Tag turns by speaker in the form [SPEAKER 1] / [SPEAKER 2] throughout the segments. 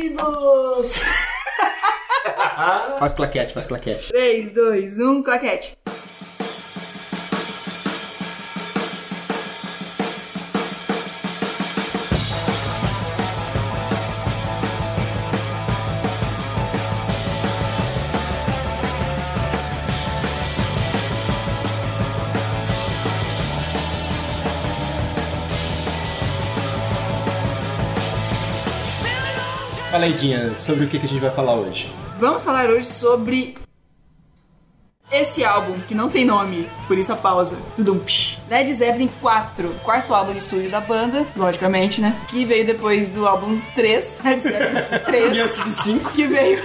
[SPEAKER 1] ouvidos! Faz claquete.
[SPEAKER 2] 3, 2, 1, claquete.
[SPEAKER 1] Fala aí, Dinha, sobre o que a gente vai falar hoje?
[SPEAKER 2] Vamos falar hoje sobre esse álbum, que não tem nome, por isso a pausa. Tudum, psh. Led Zeppelin 4, quarto álbum de estúdio da banda, logicamente, né? Que veio depois do álbum 3, Led Zeppelin 3.
[SPEAKER 1] E antes do 5?
[SPEAKER 2] Que veio...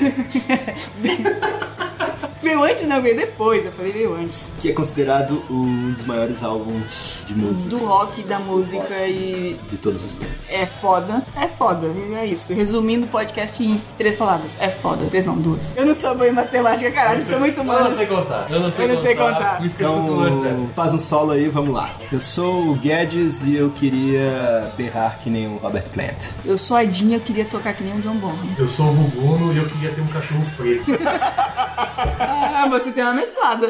[SPEAKER 2] Veio antes, não, veio depois, eu falei veio antes.
[SPEAKER 1] Que é considerado um dos maiores álbuns de música.
[SPEAKER 2] Do rock, da música e...
[SPEAKER 1] de todos os tempos.
[SPEAKER 2] É foda, é isso. Resumindo o podcast em 3 palavras. É foda. 3 não, 2. Eu não sou boa em matemática, caralho, eu sou muito
[SPEAKER 3] Eu
[SPEAKER 2] humano.
[SPEAKER 3] não sei contar. Por isso que eu escuto o Led Zeppelin.
[SPEAKER 1] Então, faz um solo aí, vamos lá. Eu sou o Guedes e eu queria berrar que nem o Robert Plant.
[SPEAKER 2] Eu sou a Dinha, eu queria tocar que nem o John Bonham.
[SPEAKER 3] Eu sou o Guguno e eu queria ter um cachorro preto.
[SPEAKER 2] Ah, você tem uma mesclada.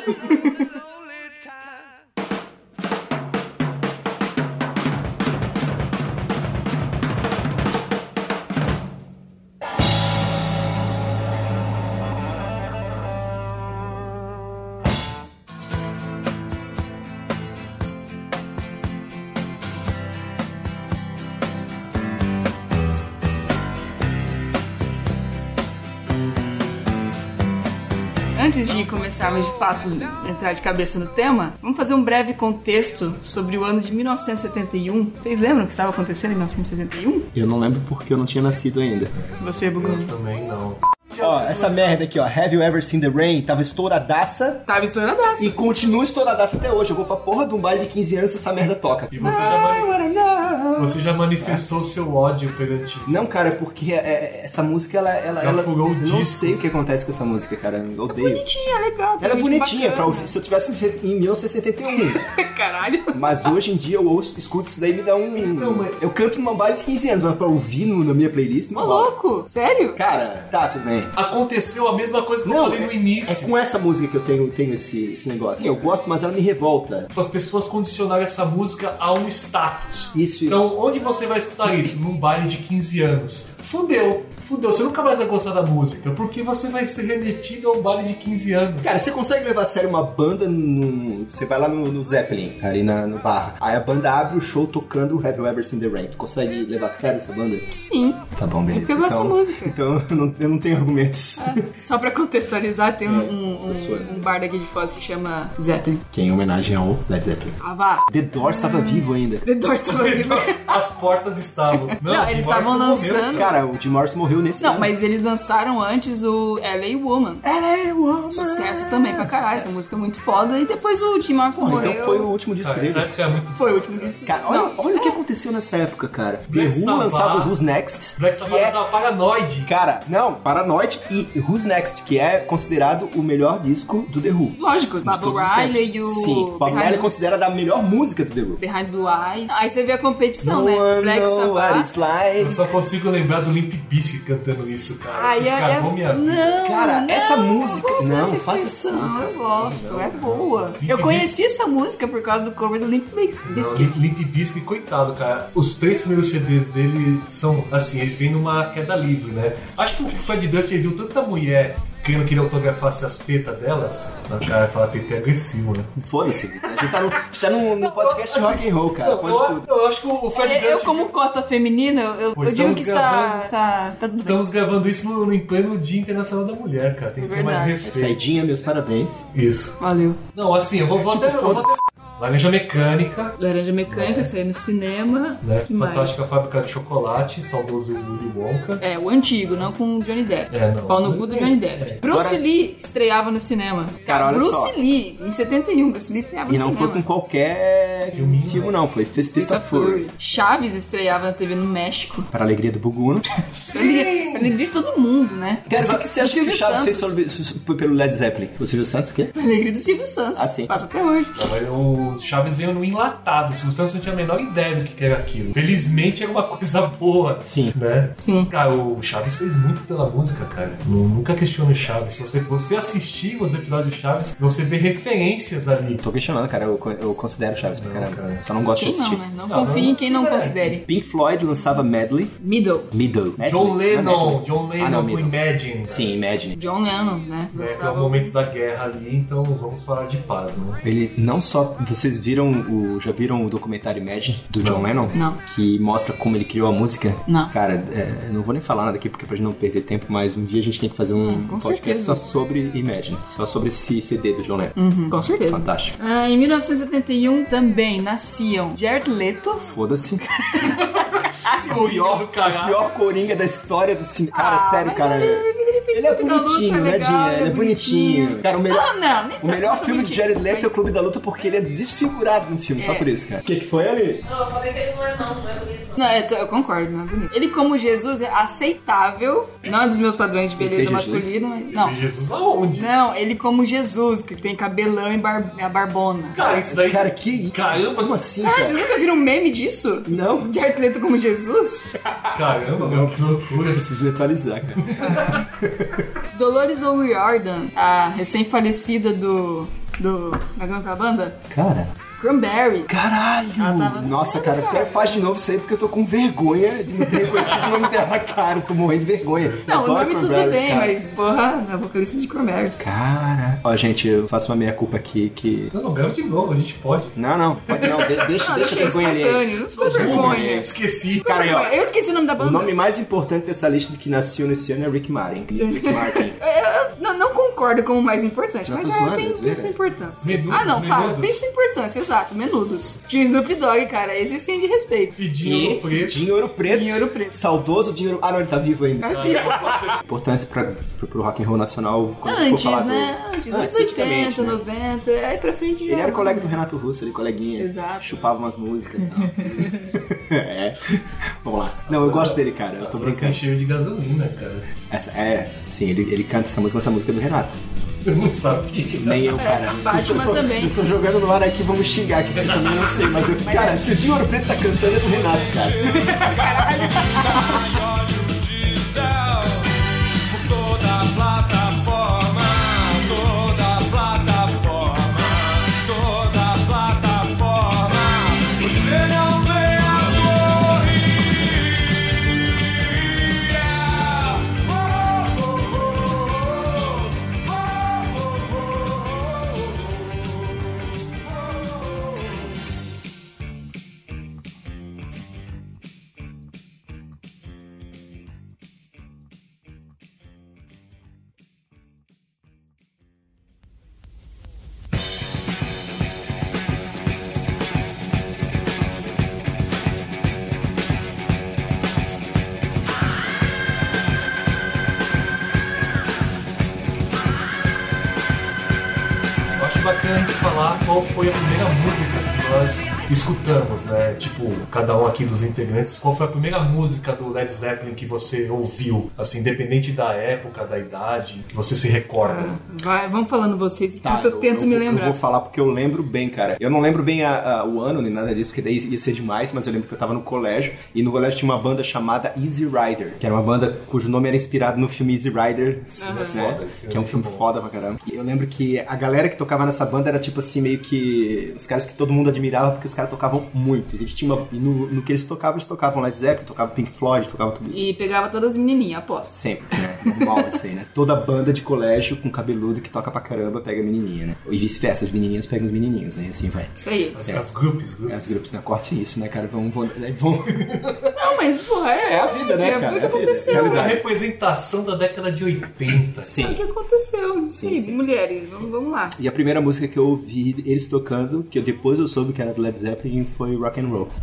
[SPEAKER 2] Antes de começarmos de fato a entrar de cabeça no tema, vamos fazer um breve contexto sobre o ano de 1971. Vocês lembram o que estava acontecendo em 1971?
[SPEAKER 1] Eu não lembro porque eu não tinha nascido ainda.
[SPEAKER 2] Você, Bugu?
[SPEAKER 3] Também não.
[SPEAKER 1] Ó, essa merda aqui, ó, Have You Ever Seen the Rain? Tava estouradaça
[SPEAKER 2] Tava estouradaço.
[SPEAKER 1] e continua estouradaça até hoje. Eu vou pra porra de um baile de 15 anos e essa merda toca.
[SPEAKER 3] E você já manifestou o seu ódio perante isso.
[SPEAKER 1] Não, cara, é porque essa música, ela
[SPEAKER 3] furou o
[SPEAKER 1] eu não
[SPEAKER 3] disco.
[SPEAKER 1] sei o que acontece com essa música, cara. Eu odeio.
[SPEAKER 2] Bonitinha, legal.
[SPEAKER 1] Ela é
[SPEAKER 2] gente
[SPEAKER 1] bonitinha
[SPEAKER 2] bacana.
[SPEAKER 1] pra ouvir. Se eu tivesse em 1971.
[SPEAKER 2] Caralho.
[SPEAKER 1] Mas hoje em dia eu escuto isso daí e me dá um...
[SPEAKER 3] Então, mas-
[SPEAKER 1] Eu canto numa baile de 15 anos, mas pra ouvir na minha playlist
[SPEAKER 2] Ô,
[SPEAKER 1] não rola.
[SPEAKER 2] louco. Sério?
[SPEAKER 1] Cara, tá, tudo bem.
[SPEAKER 3] Aconteceu a mesma coisa que eu falei no
[SPEAKER 1] É
[SPEAKER 3] início.
[SPEAKER 1] com essa música que eu tenho esse negócio. Eu gosto, mas ela me revolta.
[SPEAKER 3] As pessoas condicionaram essa música a um status.
[SPEAKER 1] Isso.
[SPEAKER 3] Então, onde você vai escutar isso? Num baile de 15 anos. Fudeu. Você nunca mais vai gostar da música, porque você vai ser remetido a um baile de 15 anos.
[SPEAKER 1] Cara, você consegue levar a sério uma banda você vai lá no Zeppelin, ali no bar. Aí a banda abre o show tocando Have You Ever Seen the Rain. Tu consegue levar a sério essa banda?
[SPEAKER 2] Sim.
[SPEAKER 1] Tá bom, beleza.
[SPEAKER 2] Porque eu gosto da música.
[SPEAKER 1] Então eu não tenho argumentos.
[SPEAKER 2] Só pra contextualizar, tem um bar daqui de Foz que se chama Zeppelin.
[SPEAKER 1] Que é em homenagem ao Led Zeppelin.
[SPEAKER 2] Ah, vá.
[SPEAKER 1] The Doors estava vivo ainda.
[SPEAKER 2] The Doors tava vivo.
[SPEAKER 3] As portas estavam.
[SPEAKER 2] Não, eles
[SPEAKER 3] o Morrison
[SPEAKER 2] estavam
[SPEAKER 3] morreu.
[SPEAKER 2] lançando.
[SPEAKER 1] Cara, o Jim Morrison morreu nesse
[SPEAKER 2] Não,
[SPEAKER 1] ano.
[SPEAKER 2] mas eles lançaram antes o LA Woman.
[SPEAKER 1] LA Woman.
[SPEAKER 2] Sucesso também pra caralho. Essa música é muito foda. E depois o Jim Morrison
[SPEAKER 1] Porra,
[SPEAKER 2] morreu.
[SPEAKER 1] então foi o último disco
[SPEAKER 3] Cara, essa
[SPEAKER 1] deles.
[SPEAKER 3] época é muito...
[SPEAKER 2] Foi o último disco.
[SPEAKER 1] Cara,
[SPEAKER 2] Não,
[SPEAKER 1] olha o que aconteceu nessa época, cara. The
[SPEAKER 3] Black
[SPEAKER 1] Who
[SPEAKER 3] Sabbath.
[SPEAKER 1] lançava o Who's Next,
[SPEAKER 3] Black
[SPEAKER 1] que
[SPEAKER 3] Sabbath
[SPEAKER 1] é...
[SPEAKER 3] lançava Paranoid.
[SPEAKER 1] Cara, não, Paranoid e Who's Next, que é considerado o melhor disco do The Who.
[SPEAKER 2] Lógico,
[SPEAKER 1] De
[SPEAKER 2] Bob
[SPEAKER 1] todos os
[SPEAKER 2] Riley
[SPEAKER 1] tempos.
[SPEAKER 2] e o...
[SPEAKER 1] Sim, Bob Riley é considerado a melhor música do The Who.
[SPEAKER 2] Behind Blue Eyes. Aí você vê a competição,
[SPEAKER 1] No
[SPEAKER 2] né?
[SPEAKER 1] one
[SPEAKER 2] Black
[SPEAKER 1] know what
[SPEAKER 2] Sabbath.
[SPEAKER 1] it's like.
[SPEAKER 3] Eu só consigo lembrar do Limp Bizkit cantando isso, cara.
[SPEAKER 2] Ai,
[SPEAKER 3] Isso estragou minha vida.
[SPEAKER 2] Não,
[SPEAKER 1] Cara,
[SPEAKER 2] não,
[SPEAKER 1] essa música-
[SPEAKER 2] eu gosto
[SPEAKER 1] não,
[SPEAKER 2] dessa
[SPEAKER 1] faz
[SPEAKER 2] versão,
[SPEAKER 1] assim, cara.
[SPEAKER 2] Eu gosto, é boa.
[SPEAKER 3] Limp
[SPEAKER 2] Eu conheci essa música por causa do cover do Limp
[SPEAKER 3] Não,
[SPEAKER 2] Bizkit.
[SPEAKER 3] Limp Bizkit, coitado, cara. Os 3 primeiros CDs dele são, assim, eles vêm numa queda livre, né? Acho que o Fred Durst viu tanta mulher querendo que ele autografasse as tetas delas. A cara fala teta é agressivo, né?
[SPEAKER 1] Foda-se, a gente tá no podcast rock and roll, cara. Pode tudo.
[SPEAKER 3] Eu acho que o Fred
[SPEAKER 2] Eu,
[SPEAKER 3] Durst...
[SPEAKER 2] como cota feminina, eu
[SPEAKER 3] Pois
[SPEAKER 2] digo
[SPEAKER 3] estamos
[SPEAKER 2] que tá tudo bem.
[SPEAKER 3] Estamos gravando isso em pleno Dia Internacional da Mulher, cara. Tem que ter mais
[SPEAKER 2] Verdade.
[SPEAKER 3] respeito.
[SPEAKER 1] Saidinha, meus parabéns.
[SPEAKER 3] Isso.
[SPEAKER 2] Valeu.
[SPEAKER 3] Não, assim, eu vou até... Laranja Mecânica,
[SPEAKER 2] Laranja Mecânica, saiu no cinema.
[SPEAKER 3] né?
[SPEAKER 2] Que mais?
[SPEAKER 3] Fantástica Fábrica de Chocolate, saudoso Willy Wonka.
[SPEAKER 2] É, o antigo, não com o Johnny Depp.
[SPEAKER 3] É, não.
[SPEAKER 2] Pau no cu do Johnny Depp.
[SPEAKER 3] É.
[SPEAKER 2] Bruce
[SPEAKER 1] Agora-
[SPEAKER 2] Lee estreava no cinema.
[SPEAKER 1] Cara, olha
[SPEAKER 2] Bruce
[SPEAKER 1] só.
[SPEAKER 2] Lee, em 71, Bruce Lee estreava no
[SPEAKER 1] E não
[SPEAKER 2] cinema.
[SPEAKER 1] foi com qualquer
[SPEAKER 3] Filminho,
[SPEAKER 1] filme,
[SPEAKER 3] né?
[SPEAKER 1] não. Foi Fist of Fury.
[SPEAKER 2] Chaves estreava na TV no México.
[SPEAKER 1] Para a alegria do Buguno.
[SPEAKER 2] Pra alegria de todo mundo, né?
[SPEAKER 1] Cara, o que você acha que o
[SPEAKER 2] Silvio
[SPEAKER 1] Chaves
[SPEAKER 2] Santos.
[SPEAKER 1] fez pelo Led Zeppelin? O Silvio Santos o quê?
[SPEAKER 2] A alegria do Silvio Santos.
[SPEAKER 1] Ah, sim.
[SPEAKER 2] Passa até hoje.
[SPEAKER 3] Não, mas o Chaves veio no enlatado. O Silvio Santos não tinha a menor ideia do que era aquilo. Felizmente era uma coisa boa.
[SPEAKER 1] Sim.
[SPEAKER 3] Né?
[SPEAKER 2] Sim.
[SPEAKER 3] Cara, o Chaves fez muito pela música, cara. Nunca questiono o Chaves. Se você assistir os episódios do Chaves, você vê referências ali.
[SPEAKER 1] Tô questionando, cara. Eu considero Chaves pra caramba.
[SPEAKER 3] cara.
[SPEAKER 1] Só não gosto de
[SPEAKER 2] Quem não,
[SPEAKER 1] assistir.
[SPEAKER 2] né? Não
[SPEAKER 3] Não,
[SPEAKER 2] confie em quem não
[SPEAKER 3] considere.
[SPEAKER 2] considere.
[SPEAKER 1] Pink Floyd lançava Medley.
[SPEAKER 2] Middle.
[SPEAKER 1] Middle.
[SPEAKER 3] John
[SPEAKER 1] Medley? Não,
[SPEAKER 3] Lennon
[SPEAKER 1] não,
[SPEAKER 3] com
[SPEAKER 1] Middle.
[SPEAKER 3] Imagine.
[SPEAKER 1] Sim, Imagine.
[SPEAKER 2] John Lennon, né?
[SPEAKER 3] Que é o
[SPEAKER 2] Gostava-
[SPEAKER 3] momento da guerra ali, então vamos falar de paz, né?
[SPEAKER 1] Ele não só... Vocês já viram o documentário Imagine do John Lennon?
[SPEAKER 2] Não.
[SPEAKER 1] Que mostra como ele criou a música?
[SPEAKER 2] Não.
[SPEAKER 1] Cara, eu não vou nem falar nada aqui porque pra gente não perder tempo, mas um dia a gente tem que fazer um
[SPEAKER 2] com
[SPEAKER 1] podcast
[SPEAKER 2] certeza.
[SPEAKER 1] só sobre Imagine. Só sobre esse CD do John Lennon.
[SPEAKER 2] Com certeza.
[SPEAKER 1] Fantástico.
[SPEAKER 2] Em 1971 também nasciam Jared Leto.
[SPEAKER 1] Foda-se.
[SPEAKER 3] Coringa do
[SPEAKER 1] O
[SPEAKER 3] caralho.
[SPEAKER 1] pior Coringa da história do cinema. Cara, sério,
[SPEAKER 2] mas
[SPEAKER 1] cara.
[SPEAKER 2] Ele fez
[SPEAKER 1] Ele é
[SPEAKER 2] Clube da Luta,
[SPEAKER 1] bonitinho, né,
[SPEAKER 2] legal,
[SPEAKER 1] Dinha? Ele é bonitinho. Cara, o melhor...
[SPEAKER 2] Não, nem
[SPEAKER 1] O melhor
[SPEAKER 2] tanto,
[SPEAKER 1] filme de Jared Leto é o
[SPEAKER 2] mas-
[SPEAKER 1] Clube da Luta porque ele é desfigurado no filme, só por isso, cara. O que foi, Ali?
[SPEAKER 4] Não, eu falei que ele não é bonito.
[SPEAKER 2] Não, eu concordo, não é bonito. Ele, como Jesus, é aceitável. Não é dos meus padrões de beleza
[SPEAKER 1] Ele fez Jesus?
[SPEAKER 2] masculina. Mas, não.
[SPEAKER 3] E Jesus aonde?
[SPEAKER 2] Não, ele como Jesus, que tem cabelão e a barbona.
[SPEAKER 3] Cara, isso daí...
[SPEAKER 1] Cara, que...
[SPEAKER 3] Caramba.
[SPEAKER 1] Como assim,
[SPEAKER 2] Cara,
[SPEAKER 1] cara?
[SPEAKER 2] vocês nunca viram um meme disso?
[SPEAKER 1] Não.
[SPEAKER 2] Jared Leto como Jesus?
[SPEAKER 3] Caramba, meu, que loucura.
[SPEAKER 1] Eu preciso me atualizar, cara.
[SPEAKER 2] Dolores O'Riordan, a recém-falecida do... Como é que é a banda?
[SPEAKER 1] Cara...
[SPEAKER 2] Cranberry.
[SPEAKER 1] Caralho!
[SPEAKER 2] Ela tava no
[SPEAKER 1] Nossa,
[SPEAKER 2] cinema,
[SPEAKER 1] cara, faz de novo isso aí porque eu tô com vergonha de não ter reconhecido o nome dela, cara. Eu tô morrendo de vergonha.
[SPEAKER 2] Não, o
[SPEAKER 1] Adoro
[SPEAKER 2] nome tudo
[SPEAKER 1] Cranberries,
[SPEAKER 2] bem,
[SPEAKER 1] cara.
[SPEAKER 2] mas, porra, é vocalista de Cranberries.
[SPEAKER 1] Cara... Ó, gente, eu faço uma meia-culpa aqui que...
[SPEAKER 3] Não, grava de novo, a gente pode.
[SPEAKER 1] Não, pode não. Deixa a vergonha ali.
[SPEAKER 2] espontâneo, não sou vergonha.
[SPEAKER 3] Esqueci.
[SPEAKER 1] Cara, aí, ó.
[SPEAKER 2] Eu esqueci o nome da
[SPEAKER 1] O
[SPEAKER 2] banda.
[SPEAKER 1] nome mais importante dessa lista de que nasceu nesse ano é Rick Martin. Rick Martin.
[SPEAKER 2] Eu não concordo como o mais importante,
[SPEAKER 1] Não,
[SPEAKER 2] mas
[SPEAKER 1] tô zoando,
[SPEAKER 2] tem
[SPEAKER 1] é
[SPEAKER 2] sua
[SPEAKER 1] verdade.
[SPEAKER 2] importância.
[SPEAKER 3] Menudos,
[SPEAKER 2] Ah, não, para,
[SPEAKER 3] menudos.
[SPEAKER 2] tem sua importância, exato, menudos. Tinha Snoop Dogg, cara, esses têm de respeito.
[SPEAKER 3] E Dinho Preto.
[SPEAKER 1] Dinheiro Preto.
[SPEAKER 2] Dinheiro Preto.
[SPEAKER 1] Saudoso Dinheiro... Ah, não, ele tá vivo ainda.
[SPEAKER 2] Tá vivo.
[SPEAKER 1] Importância pro rock and roll nacional. quando for
[SPEAKER 2] Antes,
[SPEAKER 1] falar
[SPEAKER 2] né?
[SPEAKER 1] do-
[SPEAKER 2] Antes, anos
[SPEAKER 1] antigamente,
[SPEAKER 2] 80,
[SPEAKER 1] né?
[SPEAKER 2] 90, aí pra frente já.
[SPEAKER 1] Ele era colega do Renato Russo, ele coleguinha.
[SPEAKER 2] Exato.
[SPEAKER 1] Chupava umas músicas e tal. É. Vamos lá. Não, eu gosto dele, cara. Eu tô
[SPEAKER 3] Nossa, tem
[SPEAKER 1] brincando.
[SPEAKER 3] cheio de gasolina, cara.
[SPEAKER 1] Sim, ele canta essa música, mas essa música é do Renato.
[SPEAKER 3] Eu não sabia.
[SPEAKER 1] Nem eu, cara.
[SPEAKER 2] Fátima também.
[SPEAKER 1] Eu tô jogando no ar aqui, vamos xingar aqui, porque eu também não sei. Mas, cara, se o Dinho Ouro Preto tá cantando, é do Renato, cara.
[SPEAKER 5] Olhos de céu por toda a plataforma, toda a plataforma, toda a plataforma. Você não vê a morrer.
[SPEAKER 3] Eu acho bacana a gente falar qual foi a primeira música que nós escutamos, né? Tipo, cada um aqui dos integrantes, qual foi a primeira música do Led Zeppelin que você ouviu, assim, independente da época, da idade, que você se recorda?
[SPEAKER 2] Vai, vamos falando vocês,
[SPEAKER 1] Tá,
[SPEAKER 2] eu tento me lembrar.
[SPEAKER 1] Eu vou falar porque eu lembro bem, cara. Eu não lembro bem o ano nem nada disso, porque daí ia ser demais, mas eu lembro que eu tava no colégio, e no colégio tinha uma banda chamada Easy Rider, que era uma banda cujo nome era inspirado no filme Easy Rider,
[SPEAKER 3] filme é
[SPEAKER 1] né?
[SPEAKER 3] foda, esse filme
[SPEAKER 1] Que é um
[SPEAKER 3] é
[SPEAKER 1] filme
[SPEAKER 3] muito bom.
[SPEAKER 1] foda pra caramba. E eu lembro que a galera que tocava nessa banda era tipo assim, meio que os caras que todo mundo admirava, porque os caras tocavam muito. Eles tinham e no que eles tocavam Led Zeppelin, tocavam Pink Floyd, tocavam tudo isso.
[SPEAKER 2] E pegava todas as menininhas, aposto.
[SPEAKER 1] Sempre, né? Normal isso aí, né? Toda banda de colégio com cabeludo que toca pra caramba pega a menininha, né? E vice-versa, as menininhas pegam os menininhos, né? E assim vai.
[SPEAKER 2] Isso aí.
[SPEAKER 3] As grupos.
[SPEAKER 1] As grupos, né? Corte isso, né, cara? Vão...
[SPEAKER 2] Não, mas, porra,
[SPEAKER 1] É a vida, né, cara?
[SPEAKER 2] Foi o que
[SPEAKER 1] É a vida.
[SPEAKER 2] aconteceu.
[SPEAKER 1] É a
[SPEAKER 3] Essa é
[SPEAKER 1] vida.
[SPEAKER 3] a representação da década de 80.
[SPEAKER 1] Sim.
[SPEAKER 2] Foi o que aconteceu.
[SPEAKER 1] Sim,
[SPEAKER 2] Sim,
[SPEAKER 1] sim.
[SPEAKER 2] mulheres, vamos lá.
[SPEAKER 1] E a primeira música que eu ouvi eles tocando, que depois eu soube que era do Led Zeppelin foi Rock and Roll.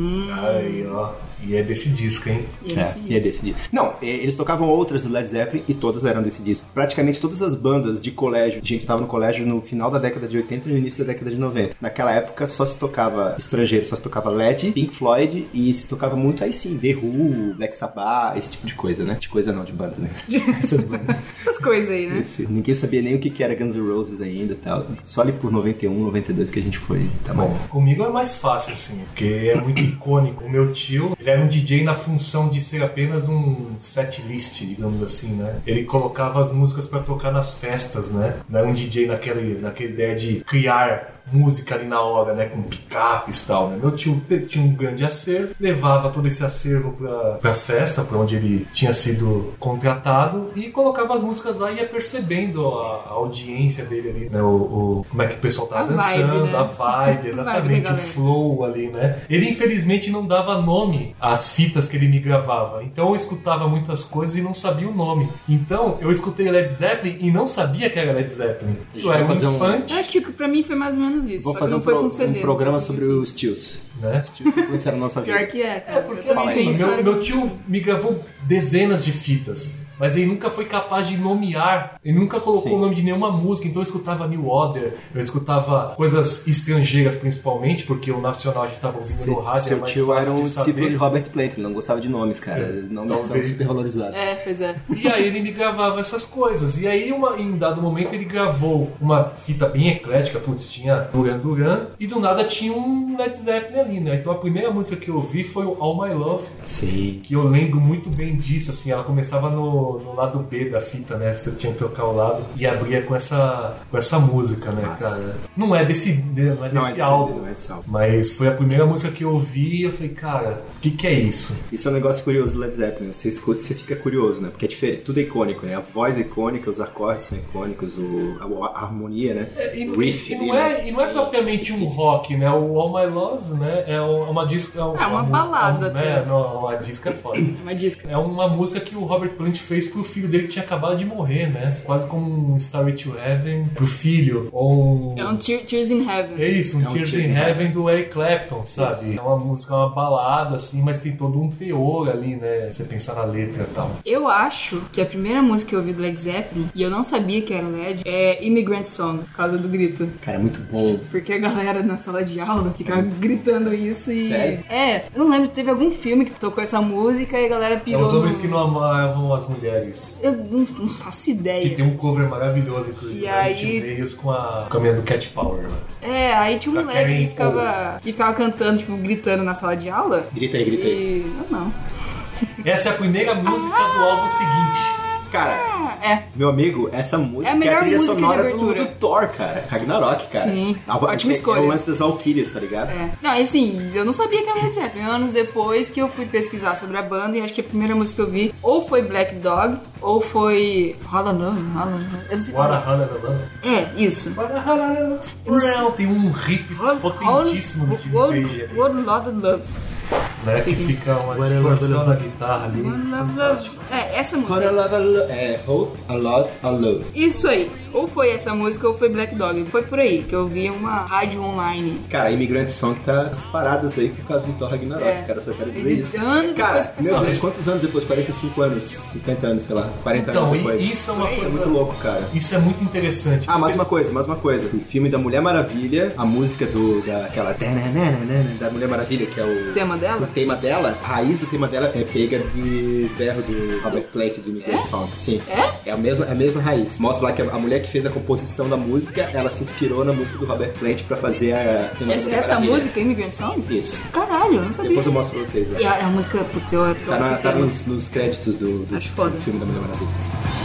[SPEAKER 3] Aí, ó. E é desse disco, hein?
[SPEAKER 2] E aí,
[SPEAKER 1] E é desse disco. Não, eles tocavam outras do Led Zeppelin e todas eram desse disco. Praticamente todas as bandas de colégio, a gente tava no colégio no final da década de 80 e no início da década de 90. Naquela época só se tocava estrangeiro, só se tocava Led, Pink Floyd e se tocava muito aí sim, The Who, Black Sabbath, esse tipo de coisa, né? De coisa não, de banda, né? Essas bandas.
[SPEAKER 2] Essas coisas aí, né?
[SPEAKER 1] Isso. Ninguém sabia nem o que era Guns N' Roses ainda e tal. Só ali por 91, 92 que a gente foi. Tá
[SPEAKER 3] Bom,
[SPEAKER 1] mais.
[SPEAKER 3] comigo é mais fácil, assim, porque é muito icônico. O meu tio, ele era um DJ na função de ser apenas um setlist, digamos assim, né? Ele colocava as músicas pra tocar nas festas, né? Não era um DJ naquela ideia de criar música ali na hora, né? Com picapes e tal, né? Meu tio tinha um grande acervo, levava todo esse acervo pras festas, pra onde ele tinha sido contratado, e colocava as músicas lá e ia percebendo a audiência dele ali, né? Como é que o pessoal tava
[SPEAKER 2] A
[SPEAKER 3] dançando,
[SPEAKER 2] vibe, né?
[SPEAKER 3] a vibe, exatamente, o flow ali, né? Ele infelizmente não dava nome às fitas que ele me gravava, então eu escutava muitas coisas e não sabia o nome. Então eu escutei Led Zeppelin e não sabia que era Led Zeppelin. Eu era um infante.
[SPEAKER 2] Eu acho que pra mim foi mais ou menos isso.
[SPEAKER 1] Vou
[SPEAKER 2] só
[SPEAKER 1] fazer
[SPEAKER 2] que não foi com CD.
[SPEAKER 1] um programa
[SPEAKER 2] foi
[SPEAKER 1] sobre os tios.
[SPEAKER 3] Né?
[SPEAKER 1] Os tios que influenciaram a nossa vida.
[SPEAKER 2] Pior que é, cara.
[SPEAKER 3] Porque
[SPEAKER 2] Eu também
[SPEAKER 3] assim,
[SPEAKER 2] tenho história
[SPEAKER 3] meu
[SPEAKER 2] com
[SPEAKER 3] tio
[SPEAKER 2] isso.
[SPEAKER 3] me gravou dezenas de fitas, mas ele nunca foi capaz de nomear, ele nunca colocou
[SPEAKER 1] Sim.
[SPEAKER 3] o nome de nenhuma música, então eu escutava New Order, eu escutava coisas estrangeiras principalmente, porque o nacional a gente estava ouvindo no rádio, é
[SPEAKER 1] Seu
[SPEAKER 3] mais
[SPEAKER 1] tio
[SPEAKER 3] fácil
[SPEAKER 1] era um
[SPEAKER 3] de
[SPEAKER 1] discípulo
[SPEAKER 3] saber.
[SPEAKER 1] de Robert Plant, ele não gostava de nomes, cara. Nomes são
[SPEAKER 3] Talvez.
[SPEAKER 1] super valorizados.
[SPEAKER 2] É, pois é.
[SPEAKER 3] E aí ele me gravava essas coisas. E aí, em um dado momento, ele gravou uma fita bem eclética. Putz, tinha Duran Duran. E do nada tinha um Led Zeppelin ali, né? Então a primeira música que eu ouvi foi o All My Love.
[SPEAKER 1] Sim.
[SPEAKER 3] Que eu lembro muito bem disso, assim. Ela começava no lado B da fita, né? Você tinha que trocar o lado. E abria com essa música, né,
[SPEAKER 1] Nossa.
[SPEAKER 3] cara? Não é desse álbum.
[SPEAKER 1] Não é desse álbum.
[SPEAKER 3] Mas foi a primeira música que eu ouvi e eu falei, cara, o que é isso?
[SPEAKER 1] Isso é um negócio curioso do Led Zeppelin. Você escuta e você fica curioso, né? Porque é diferente. Tudo é icônico, né? A voz é icônica, os acordes são icônicos, a harmonia, né?
[SPEAKER 3] E,
[SPEAKER 1] O riff
[SPEAKER 3] e
[SPEAKER 1] ali,
[SPEAKER 3] não
[SPEAKER 1] né?
[SPEAKER 3] é propriamente um rock, né? O All My Love, né? É uma disco.
[SPEAKER 2] uma balada
[SPEAKER 3] né?
[SPEAKER 2] até.
[SPEAKER 3] Não, uma disco é foda.
[SPEAKER 2] Uma disca.
[SPEAKER 3] É uma música que o Robert Plant fez pro filho dele que tinha acabado de morrer, né? Quase como um Starway to Heaven pro filho. Ou
[SPEAKER 2] É um Tears in Heaven.
[SPEAKER 3] É isso, um
[SPEAKER 1] É um
[SPEAKER 3] Tears in Heaven do Eric Clapton, sabe? É uma música, uma balada, assim, mas tem todo um teor ali, né? Você pensar na letra e tal.
[SPEAKER 2] Eu acho que a primeira música que eu ouvi do Led Zeppelin, e eu não sabia que era Led, é Immigrant Song, por causa do grito.
[SPEAKER 1] Cara, muito bom.
[SPEAKER 2] Porque a galera na sala de aula ficava gritando isso e...
[SPEAKER 1] Sério?
[SPEAKER 2] É, eu não lembro, teve algum filme que tocou essa música e a galera
[SPEAKER 3] É
[SPEAKER 2] pirou
[SPEAKER 3] os homens
[SPEAKER 2] no...
[SPEAKER 3] que não amavam as mulheres.
[SPEAKER 2] Eu não faço
[SPEAKER 3] Que
[SPEAKER 2] ideia.
[SPEAKER 3] tem um cover maravilhoso, inclusive.
[SPEAKER 2] E
[SPEAKER 3] da
[SPEAKER 2] aí-
[SPEAKER 3] Night Veils com a caminha do Cat Power. Né?
[SPEAKER 2] É, aí tinha um
[SPEAKER 3] Já
[SPEAKER 2] moleque
[SPEAKER 3] querem
[SPEAKER 2] que ficava cantando, tipo, gritando na sala de aula.
[SPEAKER 1] Grita aí, grita aí.
[SPEAKER 2] E... eu não.
[SPEAKER 3] Essa é a primeira música do álbum seguinte.
[SPEAKER 1] Cara,
[SPEAKER 2] É.
[SPEAKER 1] meu amigo, essa música
[SPEAKER 2] É a melhor
[SPEAKER 1] a trilha
[SPEAKER 2] música de
[SPEAKER 1] sonora
[SPEAKER 2] abertura.
[SPEAKER 1] do Thor, cara. Ragnarok, cara.
[SPEAKER 2] Sim,
[SPEAKER 1] Esse
[SPEAKER 2] ótima escolha.
[SPEAKER 1] É o lance das Valkyrias, tá ligado?
[SPEAKER 2] É. Não, assim, eu não sabia que era Led Zeppelin. Anos depois que eu fui pesquisar sobre a banda, e acho que a primeira música que eu vi ou foi Black Dog, ou foi Rolla Love. Eu não sei
[SPEAKER 3] What
[SPEAKER 2] falar
[SPEAKER 3] a
[SPEAKER 2] isso.
[SPEAKER 3] Hannah Love.
[SPEAKER 2] É, isso.
[SPEAKER 3] What a Hannah Love. Tem um riff potentíssimo do Jimmy Page ali,
[SPEAKER 2] What Lot of Love.
[SPEAKER 3] né? Que fica uma distorção na guitarra ali.
[SPEAKER 2] É, essa
[SPEAKER 1] Hold
[SPEAKER 2] música.
[SPEAKER 1] a lot, hold a lot of love.
[SPEAKER 2] Isso aí. Ou foi essa música ou foi Black Dog. Foi por aí que eu vi uma rádio online.
[SPEAKER 1] Cara, Immigrant Song tá paradas aí por causa do Thor Ragnarok,
[SPEAKER 2] É.
[SPEAKER 1] cara. Só quero dizer
[SPEAKER 2] Mas
[SPEAKER 1] isso.
[SPEAKER 2] anos
[SPEAKER 1] Cara,
[SPEAKER 2] depois que o
[SPEAKER 1] meu
[SPEAKER 2] pessoal-
[SPEAKER 1] Deus, quantos anos depois? 45 anos, 50 anos, sei lá. 40
[SPEAKER 3] Então,
[SPEAKER 1] anos depois.
[SPEAKER 3] isso é uma
[SPEAKER 1] Isso é
[SPEAKER 3] coisa.
[SPEAKER 1] muito louco, cara.
[SPEAKER 3] Isso é muito interessante.
[SPEAKER 1] Ah, mais
[SPEAKER 3] Você-
[SPEAKER 1] uma coisa. O filme da Mulher Maravilha, a música daquela da Mulher Maravilha, que é
[SPEAKER 2] O tema
[SPEAKER 1] o
[SPEAKER 2] dela?
[SPEAKER 1] tema dela, a raiz do tema dela é pega de berro do Robert Plant do Immigrant Song. Sim.
[SPEAKER 2] É?
[SPEAKER 1] É a mesma raiz. Mostra lá que a mulher que fez a composição da música, ela se inspirou na música do Robert Plant pra fazer a tema da Mulher
[SPEAKER 2] Essa
[SPEAKER 1] Maravilha.
[SPEAKER 2] música, Immigrant Song?
[SPEAKER 1] Isso.
[SPEAKER 2] Caralho, eu não sabia.
[SPEAKER 1] Depois eu mostro pra vocês lá.
[SPEAKER 2] E a música, putz, eu
[SPEAKER 1] Tá nos créditos do
[SPEAKER 2] Acho foda.
[SPEAKER 1] filme da Mulher Maravilha.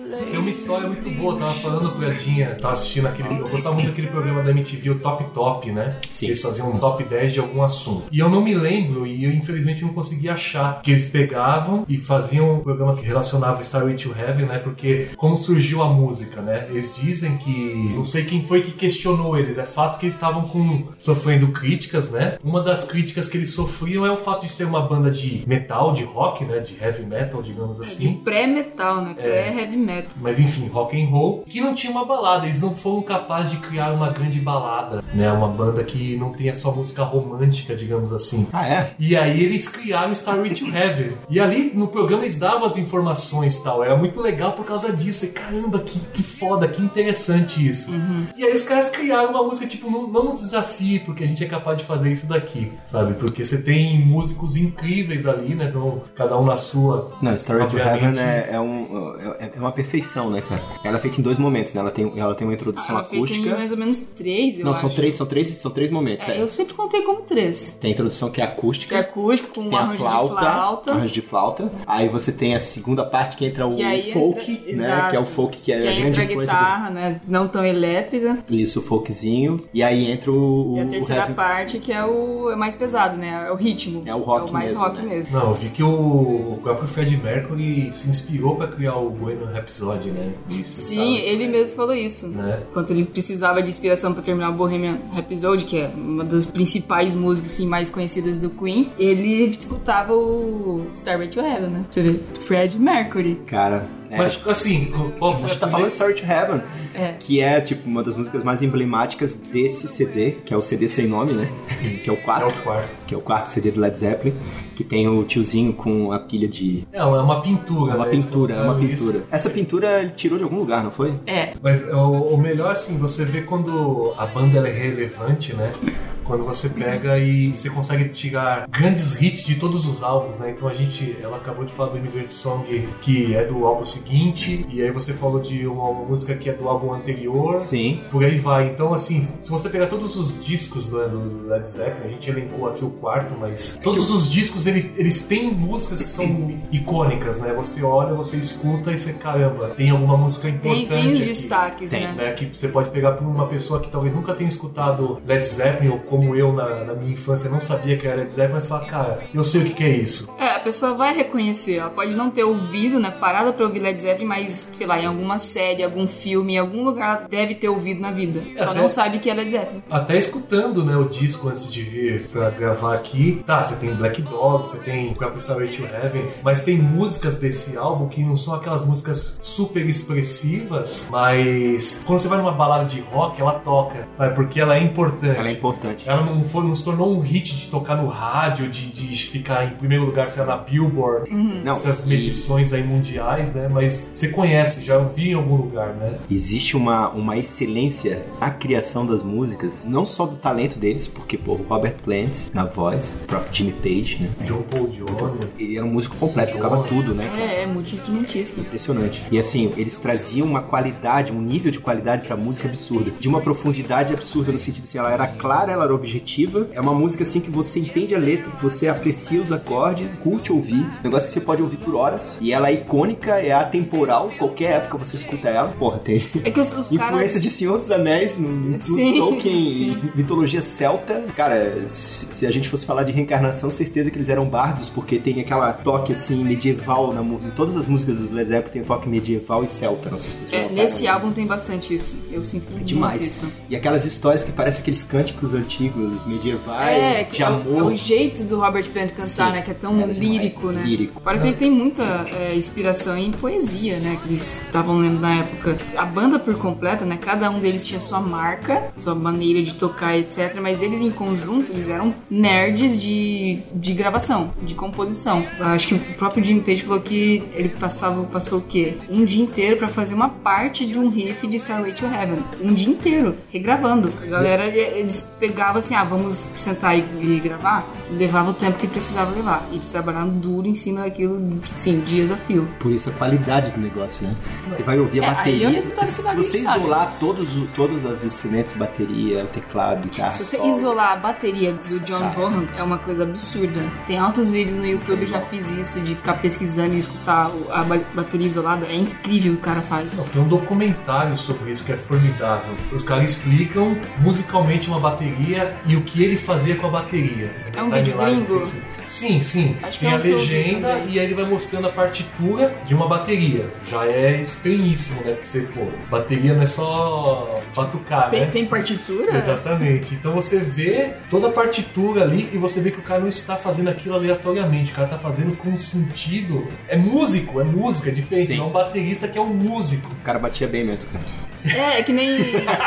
[SPEAKER 3] Tem uma história muito boa, eu tava falando com a Edinha, tava assistindo aquele... Eu gostava muito daquele programa da MTV, o Top Top, né?
[SPEAKER 1] Sim.
[SPEAKER 3] Eles faziam um top 10 de algum assunto. E eu não me lembro, e eu infelizmente não consegui achar, que eles pegavam e faziam um programa que relacionava Starway to Heaven, né? Porque como surgiu a música, né? Eles dizem que... Não sei quem foi que questionou eles, é fato que eles estavam sofrendo críticas, né? Uma das críticas que eles sofriam é o fato de ser uma banda de metal, de rock, né? De heavy metal, digamos assim.
[SPEAKER 2] De pré-metal, né? Pré-heavy metal.
[SPEAKER 3] Mas enfim, rock and roll, que não tinha uma balada. Eles não foram capazes de criar uma grande balada, né? Uma banda que não tenha só música romântica, digamos assim.
[SPEAKER 1] Ah, é?
[SPEAKER 3] E aí eles criaram Starway to Heaven. E ali no programa eles davam as informações e tal. Era muito legal por causa disso. E caramba, que foda, que interessante isso. E aí os caras criaram uma música tipo, não nos desafie, porque a gente é capaz de fazer isso daqui, sabe? Porque você tem músicos incríveis ali, né? Cada um na sua.
[SPEAKER 1] Não, Starway to
[SPEAKER 3] Obviamente.
[SPEAKER 1] Heaven é uma perfeição, né, cara? Ela é feita em 2 momentos, né? Ela tem uma introdução
[SPEAKER 2] Ela feita em
[SPEAKER 1] acústica.
[SPEAKER 2] mais ou menos 3, eu
[SPEAKER 1] Não,
[SPEAKER 2] acho.
[SPEAKER 1] são três momentos.
[SPEAKER 2] Eu sempre contei como 3.
[SPEAKER 1] Tem a introdução que é acústica.
[SPEAKER 2] Que é acústico, com um
[SPEAKER 1] Tem a
[SPEAKER 2] arranjo
[SPEAKER 1] flauta,
[SPEAKER 2] de flauta.
[SPEAKER 1] arranjo de flauta. Aí você tem a segunda parte que entra o
[SPEAKER 2] Que aí
[SPEAKER 1] folk,
[SPEAKER 2] entra-
[SPEAKER 1] né?
[SPEAKER 2] exato.
[SPEAKER 1] Que é o folk que é
[SPEAKER 2] Que
[SPEAKER 1] a
[SPEAKER 2] aí
[SPEAKER 1] grande
[SPEAKER 2] entra a
[SPEAKER 1] influência
[SPEAKER 2] guitarra, né? Não tão elétrica.
[SPEAKER 1] Isso, o folkzinho. E aí entra o
[SPEAKER 2] E a terceira
[SPEAKER 1] heavy.
[SPEAKER 2] parte que é o mais pesado, né? É o ritmo.
[SPEAKER 1] É o rock
[SPEAKER 2] É o mais
[SPEAKER 1] mesmo,
[SPEAKER 2] rock
[SPEAKER 1] né?
[SPEAKER 2] mesmo.
[SPEAKER 3] Não, eu vi que o próprio Freddie Mercury se inspirou pra criar o Bohemian Rhapsody, né? Isso,
[SPEAKER 2] Sim, ele mesmo falou isso.
[SPEAKER 3] Né?
[SPEAKER 2] Enquanto ele precisava de inspiração pra terminar o Bohemian Rhapsody, que é uma das principais músicas assim, mais conhecidas do Queen, ele escutava o Starway to Heaven, né? Você vê, Freddie Mercury.
[SPEAKER 1] Cara,
[SPEAKER 3] Mas assim, qual
[SPEAKER 1] a
[SPEAKER 3] foi
[SPEAKER 1] gente
[SPEAKER 3] a
[SPEAKER 1] tá falando
[SPEAKER 3] primeira...
[SPEAKER 1] Starway to Heaven,
[SPEAKER 2] É.
[SPEAKER 1] que é, tipo, uma das músicas mais emblemáticas desse CD, que é o CD sem nome, né? Que é o
[SPEAKER 3] É o
[SPEAKER 1] quarto.
[SPEAKER 3] quarto.
[SPEAKER 1] Que é o quarto CD do Led Zeppelin, que tem o tiozinho com a pilha de...
[SPEAKER 3] É uma pintura,
[SPEAKER 1] É uma
[SPEAKER 3] né?
[SPEAKER 1] pintura, é uma
[SPEAKER 3] Eles colocaram
[SPEAKER 1] pintura.
[SPEAKER 3] isso.
[SPEAKER 1] Essa pintura ele tirou de algum lugar, não foi?
[SPEAKER 2] É.
[SPEAKER 3] Mas o melhor, assim, você vê quando a banda ela é relevante, né? Quando você pega e você consegue tirar grandes hits de todos os álbuns, né? Então ela acabou de falar do Immigrant Song, que é do álbum seguinte, e aí você falou de uma música que é do álbum anterior.
[SPEAKER 1] Sim.
[SPEAKER 3] Por aí vai. Então, assim, se você pegar todos os discos do Led Zeppelin, a gente elencou aqui o quarto, mas todos os discos, eles têm músicas que são icônicas, né? Você olha, você escuta e você, caramba, tem alguma música importante
[SPEAKER 2] Tem os
[SPEAKER 3] aqui,
[SPEAKER 2] destaques,
[SPEAKER 1] Tem,
[SPEAKER 2] né?
[SPEAKER 3] que você pode pegar por uma pessoa que talvez nunca tenha escutado Led Zeppelin, ou como eu na minha infância não sabia que era Led Zeppelin, mas fala, cara, eu sei o que é isso.
[SPEAKER 2] A pessoa vai reconhecer, ela pode não ter ouvido, né, parada pra ouvir Led Zeppelin, mas, sei lá, em alguma série, algum filme, em algum lugar ela deve ter ouvido na vida. Só
[SPEAKER 3] até-
[SPEAKER 2] não sabe que é Led Zeppelin.
[SPEAKER 3] Até escutando, né, o disco antes de vir pra gravar aqui, tá, você tem Black Dog, você tem o próprio Starway to Heaven, mas tem músicas desse álbum que não são aquelas músicas super expressivas, mas quando você vai numa balada de rock, ela toca, sabe, porque ela é importante.
[SPEAKER 1] Ela é importante.
[SPEAKER 3] Ela não se tornou um hit de tocar no rádio, de ficar em primeiro lugar, sei lá, na Billboard,
[SPEAKER 1] Não,
[SPEAKER 3] essas
[SPEAKER 1] e
[SPEAKER 3] medições aí mundiais, né? Mas você conhece, já ouvi em algum lugar, né?
[SPEAKER 1] existe uma excelência na criação das músicas, não só do talento deles, porque, pô, o Robert Plant na voz, o próprio Jimmy Page, né?
[SPEAKER 3] John Paul Jones.
[SPEAKER 1] Ele era um músico completo, tocava tudo, né? cara?
[SPEAKER 2] É multi-instrumentista.
[SPEAKER 1] Impressionante. E assim, eles traziam uma qualidade, um nível de qualidade pra música absurda. De uma profundidade absurda, no sentido assim, ela era clara, ela era objetiva. É uma música assim que você entende a letra, você aprecia os acordes, curte ouvir. Negócio que você pode ouvir por horas. E ela é icônica, é atemporal, qualquer época você escuta ela. Porra, tem
[SPEAKER 2] É que os
[SPEAKER 1] influências
[SPEAKER 2] caras...
[SPEAKER 1] de Senhor dos Anéis, no
[SPEAKER 2] Sim,
[SPEAKER 1] Tolkien,
[SPEAKER 2] sim.
[SPEAKER 1] mitologia celta. Cara, se a gente fosse falar de reencarnação, certeza que eles eram bardos, porque tem aquela toque assim medieval em todas as músicas do Led Zeppelin tem um toque medieval e celta. Não sei se vocês já notaram
[SPEAKER 2] nesse
[SPEAKER 1] isso.
[SPEAKER 2] álbum tem bastante isso. Eu sinto muito
[SPEAKER 1] Demais.
[SPEAKER 2] isso.
[SPEAKER 1] E aquelas histórias que parecem aqueles cânticos antigos, medievais, de
[SPEAKER 2] É
[SPEAKER 1] amor.
[SPEAKER 2] o jeito do Robert Plant cantar,
[SPEAKER 1] Sim,
[SPEAKER 2] né? Que é tão
[SPEAKER 1] era demais.
[SPEAKER 2] lírico, né?
[SPEAKER 1] Lírico.
[SPEAKER 2] Fora que eles têm muita inspiração em poesia, né? Que eles estavam lendo na época. A banda por completo, né? Cada um deles tinha sua marca, sua maneira de tocar, etc. Mas eles em conjunto, eles eram nerds de gravação, de composição. Acho que o próprio Jimmy Page falou que ele passou o quê? Um dia inteiro pra fazer uma parte de um riff de Starway to Heaven. Um dia inteiro, regravando. A galera, eles pegavam falava assim, vamos sentar e gravar, levava o tempo que precisava levar. E eles trabalharam duro em cima daquilo, sim, dias a fio.
[SPEAKER 1] Por isso a qualidade do negócio, né? Você vai ouvir a
[SPEAKER 2] aí
[SPEAKER 1] bateria.
[SPEAKER 2] é o resultado
[SPEAKER 1] Se
[SPEAKER 2] final,
[SPEAKER 1] você
[SPEAKER 2] a gente sabe.
[SPEAKER 1] isolar todos os instrumentos, bateria, o teclado, guitarra,
[SPEAKER 2] Se você
[SPEAKER 1] solo,
[SPEAKER 2] isolar a bateria do John
[SPEAKER 1] Cara.
[SPEAKER 2] Bonham, é uma coisa absurda. Tem altos vídeos no YouTube, eu já fiz isso, de ficar pesquisando e escutar a bateria isolada. É incrível o que o cara faz.
[SPEAKER 3] Não, tem um documentário sobre isso que é formidável. Os caras explicam musicalmente uma bateria e o que ele fazia com a bateria.
[SPEAKER 2] É um vídeo
[SPEAKER 3] Timeline do
[SPEAKER 2] gringo?
[SPEAKER 3] Facebook. Sim, sim.
[SPEAKER 2] Acho que
[SPEAKER 3] Tem
[SPEAKER 2] é
[SPEAKER 3] a
[SPEAKER 2] o que eu vi
[SPEAKER 3] legenda
[SPEAKER 2] também.
[SPEAKER 3] e aí ele vai mostrando a partitura de uma bateria. Já é estranhíssimo, né? Porque você, bateria não é só batucar, né?
[SPEAKER 2] Tem partitura?
[SPEAKER 3] Exatamente. Então você vê toda a partitura ali e você vê que o cara não está fazendo aquilo aleatoriamente. O cara está fazendo com sentido. É música, é diferente.
[SPEAKER 1] Sim.
[SPEAKER 3] Não é um baterista que é um músico.
[SPEAKER 1] O cara batia bem mesmo, cara.
[SPEAKER 2] É que nem...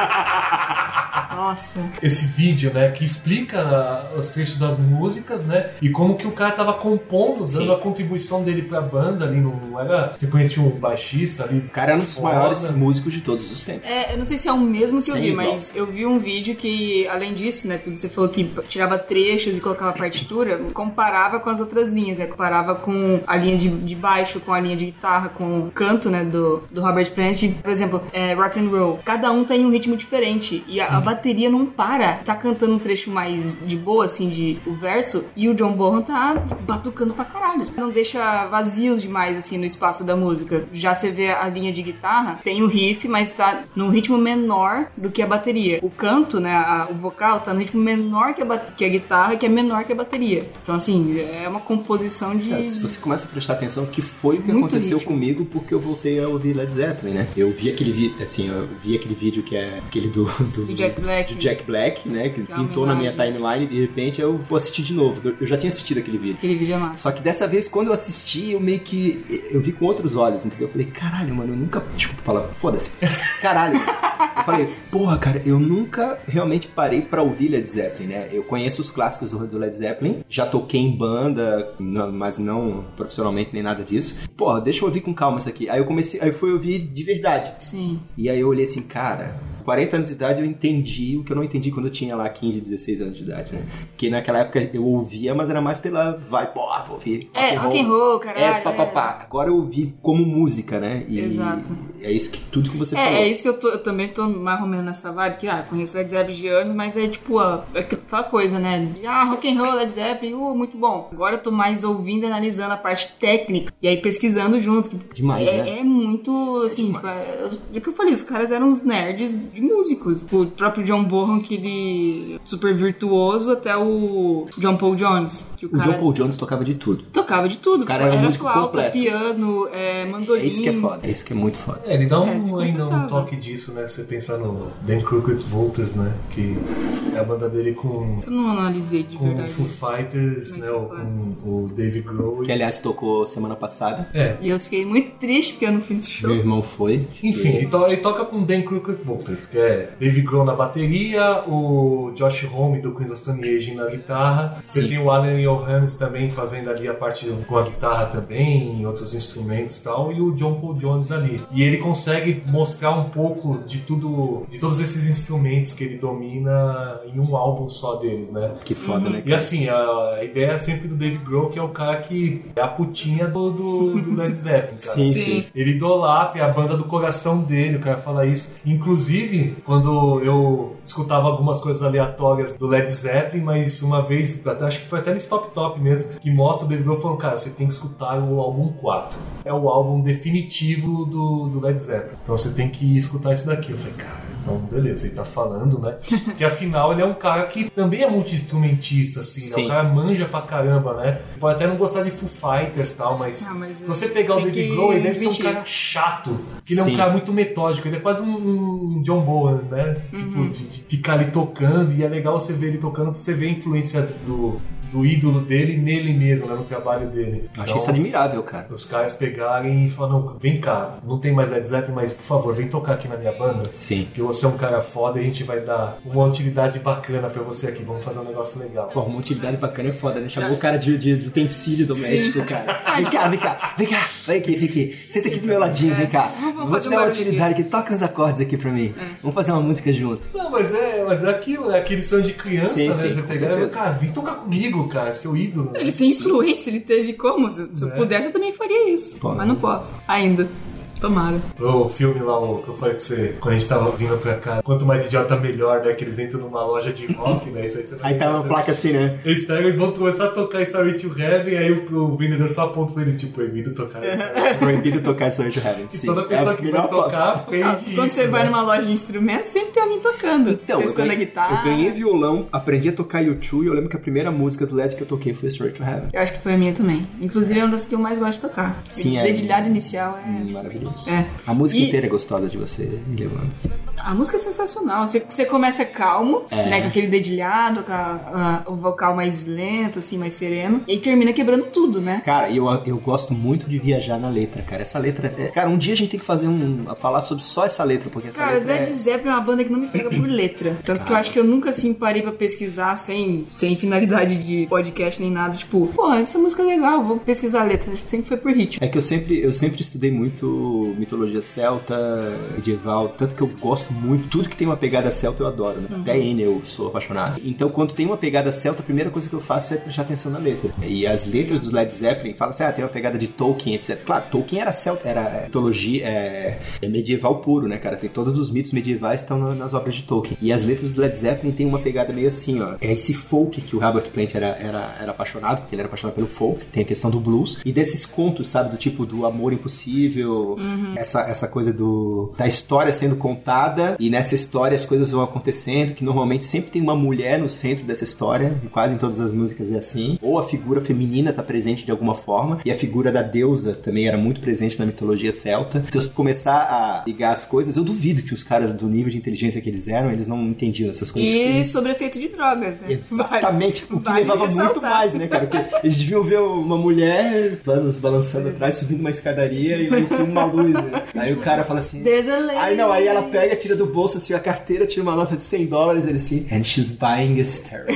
[SPEAKER 2] Nossa.
[SPEAKER 3] Esse vídeo, né, que explica os trechos das músicas, né, e como que o cara tava compondo, dando a contribuição dele pra banda ali, não era... Você conhecia um baixista ali?
[SPEAKER 1] O cara era um dos
[SPEAKER 3] foda.
[SPEAKER 1] maiores músicos de todos os tempos.
[SPEAKER 2] Eu não sei se é o mesmo que eu
[SPEAKER 1] Sem
[SPEAKER 2] vi,
[SPEAKER 1] igual.
[SPEAKER 2] mas eu vi um vídeo que, além disso, né, tudo você falou que tirava trechos e colocava partitura, comparava com as outras linhas, né, comparava com a linha de baixo, com a linha de guitarra, com o canto, né, do Robert Plant, por exemplo, rock and roll. Cada um tem um ritmo diferente e a bateria não para. Tá cantando um trecho mais de boa, assim, o verso, e o John Bonham tá batucando pra caralho. Não deixa vazios demais, assim, no espaço da música. Já você vê a linha de guitarra, tem o riff, mas tá num ritmo menor do que a bateria. O canto, né, o vocal, tá no ritmo menor que a guitarra, que é menor que a bateria. Então, assim, é uma composição de...
[SPEAKER 1] Se você começa a prestar atenção, que foi o que
[SPEAKER 2] Muito
[SPEAKER 1] aconteceu
[SPEAKER 2] ritmo.
[SPEAKER 1] comigo, porque eu voltei a ouvir Led Zeppelin, né? Eu vi aquele vídeo, assim, aquele vídeo que é aquele do
[SPEAKER 2] Jack Black.
[SPEAKER 1] do Jack Black, né? Que
[SPEAKER 2] Que é uma
[SPEAKER 1] pintou na minha
[SPEAKER 2] homenagem.
[SPEAKER 1] timeline e de repente eu vou assistir de novo. Eu já tinha assistido aquele vídeo.
[SPEAKER 2] Aquele vídeo é massa.
[SPEAKER 1] Só que dessa vez, quando eu assisti, eu meio que... Eu vi com outros olhos, entendeu? Eu falei, caralho, mano, eu nunca... Desculpa falar, foda-se. Caralho. Eu falei, porra, cara, eu nunca realmente parei pra ouvir Led Zeppelin, né? Eu conheço os clássicos do Led Zeppelin, já toquei em banda, mas não profissionalmente nem nada disso. Porra, deixa eu ouvir com calma isso aqui. Aí eu fui ouvir de verdade.
[SPEAKER 2] Sim.
[SPEAKER 1] E aí eu olhei assim, cara... 40 anos de idade eu entendi o que eu não entendi quando eu tinha lá 15, 16 anos de idade, né? Porque naquela época eu ouvia, mas era mais pela vai, porra, vou ouvir
[SPEAKER 2] Rock and roll, caralho.
[SPEAKER 1] Papapá. Agora eu ouvi como música, né? E
[SPEAKER 2] Exato.
[SPEAKER 1] é isso que tudo que você falou.
[SPEAKER 2] É isso que eu também tô mais ou menos nessa vibe, que conheço Led Zeppelin de anos, mas é tipo, aquela coisa, né? Rock and roll, Led Zeppelin, muito bom. Agora eu tô mais ouvindo e analisando a parte técnica, e aí pesquisando junto. Que
[SPEAKER 1] Demais, né?
[SPEAKER 2] É muito, assim, o que eu falei, os caras eram uns nerds de músicos. O próprio John Bonham, que ele super virtuoso, até o John Paul Jones. Que
[SPEAKER 1] O
[SPEAKER 2] cara
[SPEAKER 1] John Paul Jones tocava de tudo.
[SPEAKER 2] tocava de tudo.
[SPEAKER 1] O cara era músico
[SPEAKER 2] flauta,
[SPEAKER 1] completo.
[SPEAKER 2] piano, mandolim.
[SPEAKER 1] É isso que é foda. É isso que é muito foda.
[SPEAKER 3] Ele dá
[SPEAKER 2] super
[SPEAKER 3] ainda um
[SPEAKER 2] confortável.
[SPEAKER 3] toque disso, né? Você pensar no Dan Crooked Vultures, né? Que é a banda dele com
[SPEAKER 2] Eu não analisei de
[SPEAKER 3] o
[SPEAKER 2] verdade.
[SPEAKER 3] Foo Fighters,
[SPEAKER 2] Mas
[SPEAKER 3] né?
[SPEAKER 2] sei
[SPEAKER 3] Ou
[SPEAKER 2] lá.
[SPEAKER 3] com o Dave Grohl.
[SPEAKER 1] Que aliás tocou semana passada.
[SPEAKER 2] E eu fiquei muito triste porque eu não fiz esse show.
[SPEAKER 1] Meu irmão foi.
[SPEAKER 3] Enfim, ele toca com Dan Crooked Vultures, que é Dave Grohl na bateria, o Josh Homme do Queens of Stone Age na guitarra. Você
[SPEAKER 1] Sim.
[SPEAKER 3] tem o Alan Johannes também fazendo ali a parte com a guitarra também, outros instrumentos e tal, e o John Paul Jones ali. E ele consegue mostrar um pouco de tudo, de todos esses instrumentos que ele domina em um álbum só deles, né?
[SPEAKER 1] Que foda, né?
[SPEAKER 3] E assim, a ideia é sempre do Dave Grohl, que é o cara que é a putinha do Led Zeppelin, cara.
[SPEAKER 1] Sim,
[SPEAKER 2] Sim.
[SPEAKER 1] sim.
[SPEAKER 3] Ele idolatra, é a banda do coração dele, o cara fala isso. Inclusive, quando eu escutava algumas coisas aleatórias do Led Zeppelin, mas uma vez, acho que foi até no Stop Top mesmo, que mostra o Dave Grohl falando, cara, você tem que escutar o álbum 4. É o álbum definitivo do Led Zeppelin. Então você tem que escutar isso daqui. Eu falei, cara, então beleza, ele tá falando, né? Porque afinal ele é um cara que também é multi-instrumentista, assim, né?
[SPEAKER 1] Sim.
[SPEAKER 3] O cara manja pra caramba, né? Pode até não gostar de Foo Fighters e tal, mas
[SPEAKER 2] Mas
[SPEAKER 3] se você pegar o
[SPEAKER 2] tem
[SPEAKER 3] Dave
[SPEAKER 2] que
[SPEAKER 3] Grohl, ele deve ser um
[SPEAKER 2] admitir.
[SPEAKER 3] cara chato. Que ele é um
[SPEAKER 1] Sim.
[SPEAKER 3] cara muito metódico, ele é quase um John Bonham, né? Tipo, de ficar ali tocando, e é legal você ver ele tocando, você vê a influência do do ídolo dele nele mesmo, né, no trabalho dele.
[SPEAKER 1] Eu achei isso admirável, cara.
[SPEAKER 3] Os caras pegarem e falaram, não, vem cá, não tem mais Led Zeppelin, mas por favor, vem tocar aqui na minha banda.
[SPEAKER 1] Sim.
[SPEAKER 3] Que você é um cara foda e a gente vai dar uma utilidade bacana pra você aqui, vamos fazer um negócio legal.
[SPEAKER 1] Pô, uma utilidade bacana é foda, né? Chamou o cara de utensílio doméstico, cara. Vem aqui. Senta aqui do meu ladinho, vem cá. Vou te dar uma utilidade aqui, toca uns acordes aqui pra mim. Vamos fazer uma música junto.
[SPEAKER 3] Não, mas é aquilo, é aquele sonho de criança,
[SPEAKER 1] Sim,
[SPEAKER 3] né?
[SPEAKER 1] sim,
[SPEAKER 3] Você
[SPEAKER 1] com
[SPEAKER 3] pegar e
[SPEAKER 1] certeza.
[SPEAKER 3] cara, vem tocar comigo, cara, seu ídolo.
[SPEAKER 2] Ele tem influência, ele teve como? Se eu pudesse, eu também faria isso.
[SPEAKER 1] Pô.
[SPEAKER 2] Mas não posso. Ainda. Tomara.
[SPEAKER 3] O filme lá, que eu falei com você, quando a gente tava vindo pra cá, quanto mais idiota melhor, né? Que eles entram numa loja de rock, né? Isso aí você vai
[SPEAKER 1] Aí tá uma placa assim, né?
[SPEAKER 3] Eles pegam, eles vão começar a tocar Starway to Heaven, e aí o vendedor só aponta pra ele, tipo, proibido tocar isso.
[SPEAKER 1] Proibido tocar Starway to Heaven.
[SPEAKER 3] E toda pessoa que vai tocar, aprende
[SPEAKER 2] Quando você
[SPEAKER 3] isso,
[SPEAKER 2] vai
[SPEAKER 3] né?
[SPEAKER 2] numa loja de instrumentos, sempre tem alguém tocando.
[SPEAKER 1] Então,
[SPEAKER 2] testando a guitarra.
[SPEAKER 1] eu ganhei violão, aprendi a tocar U2 e eu lembro que a primeira música do Led que eu toquei foi Starway to Heaven.
[SPEAKER 2] Eu acho que foi a minha também. Inclusive é uma das que eu mais gosto de tocar.
[SPEAKER 1] Sim,
[SPEAKER 2] o
[SPEAKER 1] é.
[SPEAKER 2] dedilhado inicial é...
[SPEAKER 1] Maravilhoso.
[SPEAKER 2] É.
[SPEAKER 1] A música
[SPEAKER 2] E-
[SPEAKER 1] inteira é gostosa de você levando. Assim.
[SPEAKER 2] A música é sensacional. Você começa calmo, né, com aquele dedilhado, com o vocal mais lento, assim, mais sereno. E aí termina quebrando tudo, né?
[SPEAKER 1] Cara, eu gosto muito de viajar na letra, cara. Essa letra... Cara, um dia a gente tem que fazer falar sobre só essa letra, porque essa
[SPEAKER 2] Cara,
[SPEAKER 1] letra
[SPEAKER 2] Led Zeppelin é uma banda que não me pega por letra. Tanto que eu acho que eu nunca, assim, parei pra pesquisar sem finalidade de podcast nem nada. Tipo, pô, essa música é legal, vou pesquisar a letra. Acho que sempre foi por ritmo.
[SPEAKER 1] É que eu sempre estudei muito mitologia celta, medieval, tanto que eu gosto muito, tudo que tem uma pegada celta eu adoro, né? Até N eu sou apaixonado. Então, quando tem uma pegada celta, a primeira coisa que eu faço é prestar atenção na letra. E as letras dos Led Zeppelin falam assim, tem uma pegada de Tolkien, etc. Claro, Tolkien era celta, era mitologia, é medieval puro, né, cara? Tem todos os mitos medievais estão nas obras de Tolkien. E as letras dos Led Zeppelin tem uma pegada meio assim, ó. É esse folk que o Robert Plant era apaixonado, porque ele era apaixonado pelo folk, tem a questão do blues, e desses contos, sabe, do tipo do amor impossível, essa coisa da história sendo contada, e nessa história as coisas vão acontecendo, que normalmente sempre tem uma mulher no centro dessa história, quase em todas as músicas é assim, ou a figura feminina tá presente de alguma forma, e a figura da deusa também era muito presente na mitologia celta. Então, se começar a ligar as coisas, eu duvido que os caras do nível de inteligência que eles eram, eles não entendiam essas coisas.
[SPEAKER 2] E sobre efeito de drogas, né?
[SPEAKER 1] Exatamente, o que
[SPEAKER 2] vale
[SPEAKER 1] levava muito
[SPEAKER 2] ressaltar.
[SPEAKER 1] mais, né, cara? Porque eles deviam ver uma mulher balançando atrás, subindo uma escadaria e lá em cima uma luz, né? Aí o cara fala assim...
[SPEAKER 2] There's a lady.
[SPEAKER 1] Aí ela pega, tira do bolso assim a carteira, tira uma nota de $100, ele assim... And she's buying a stereo.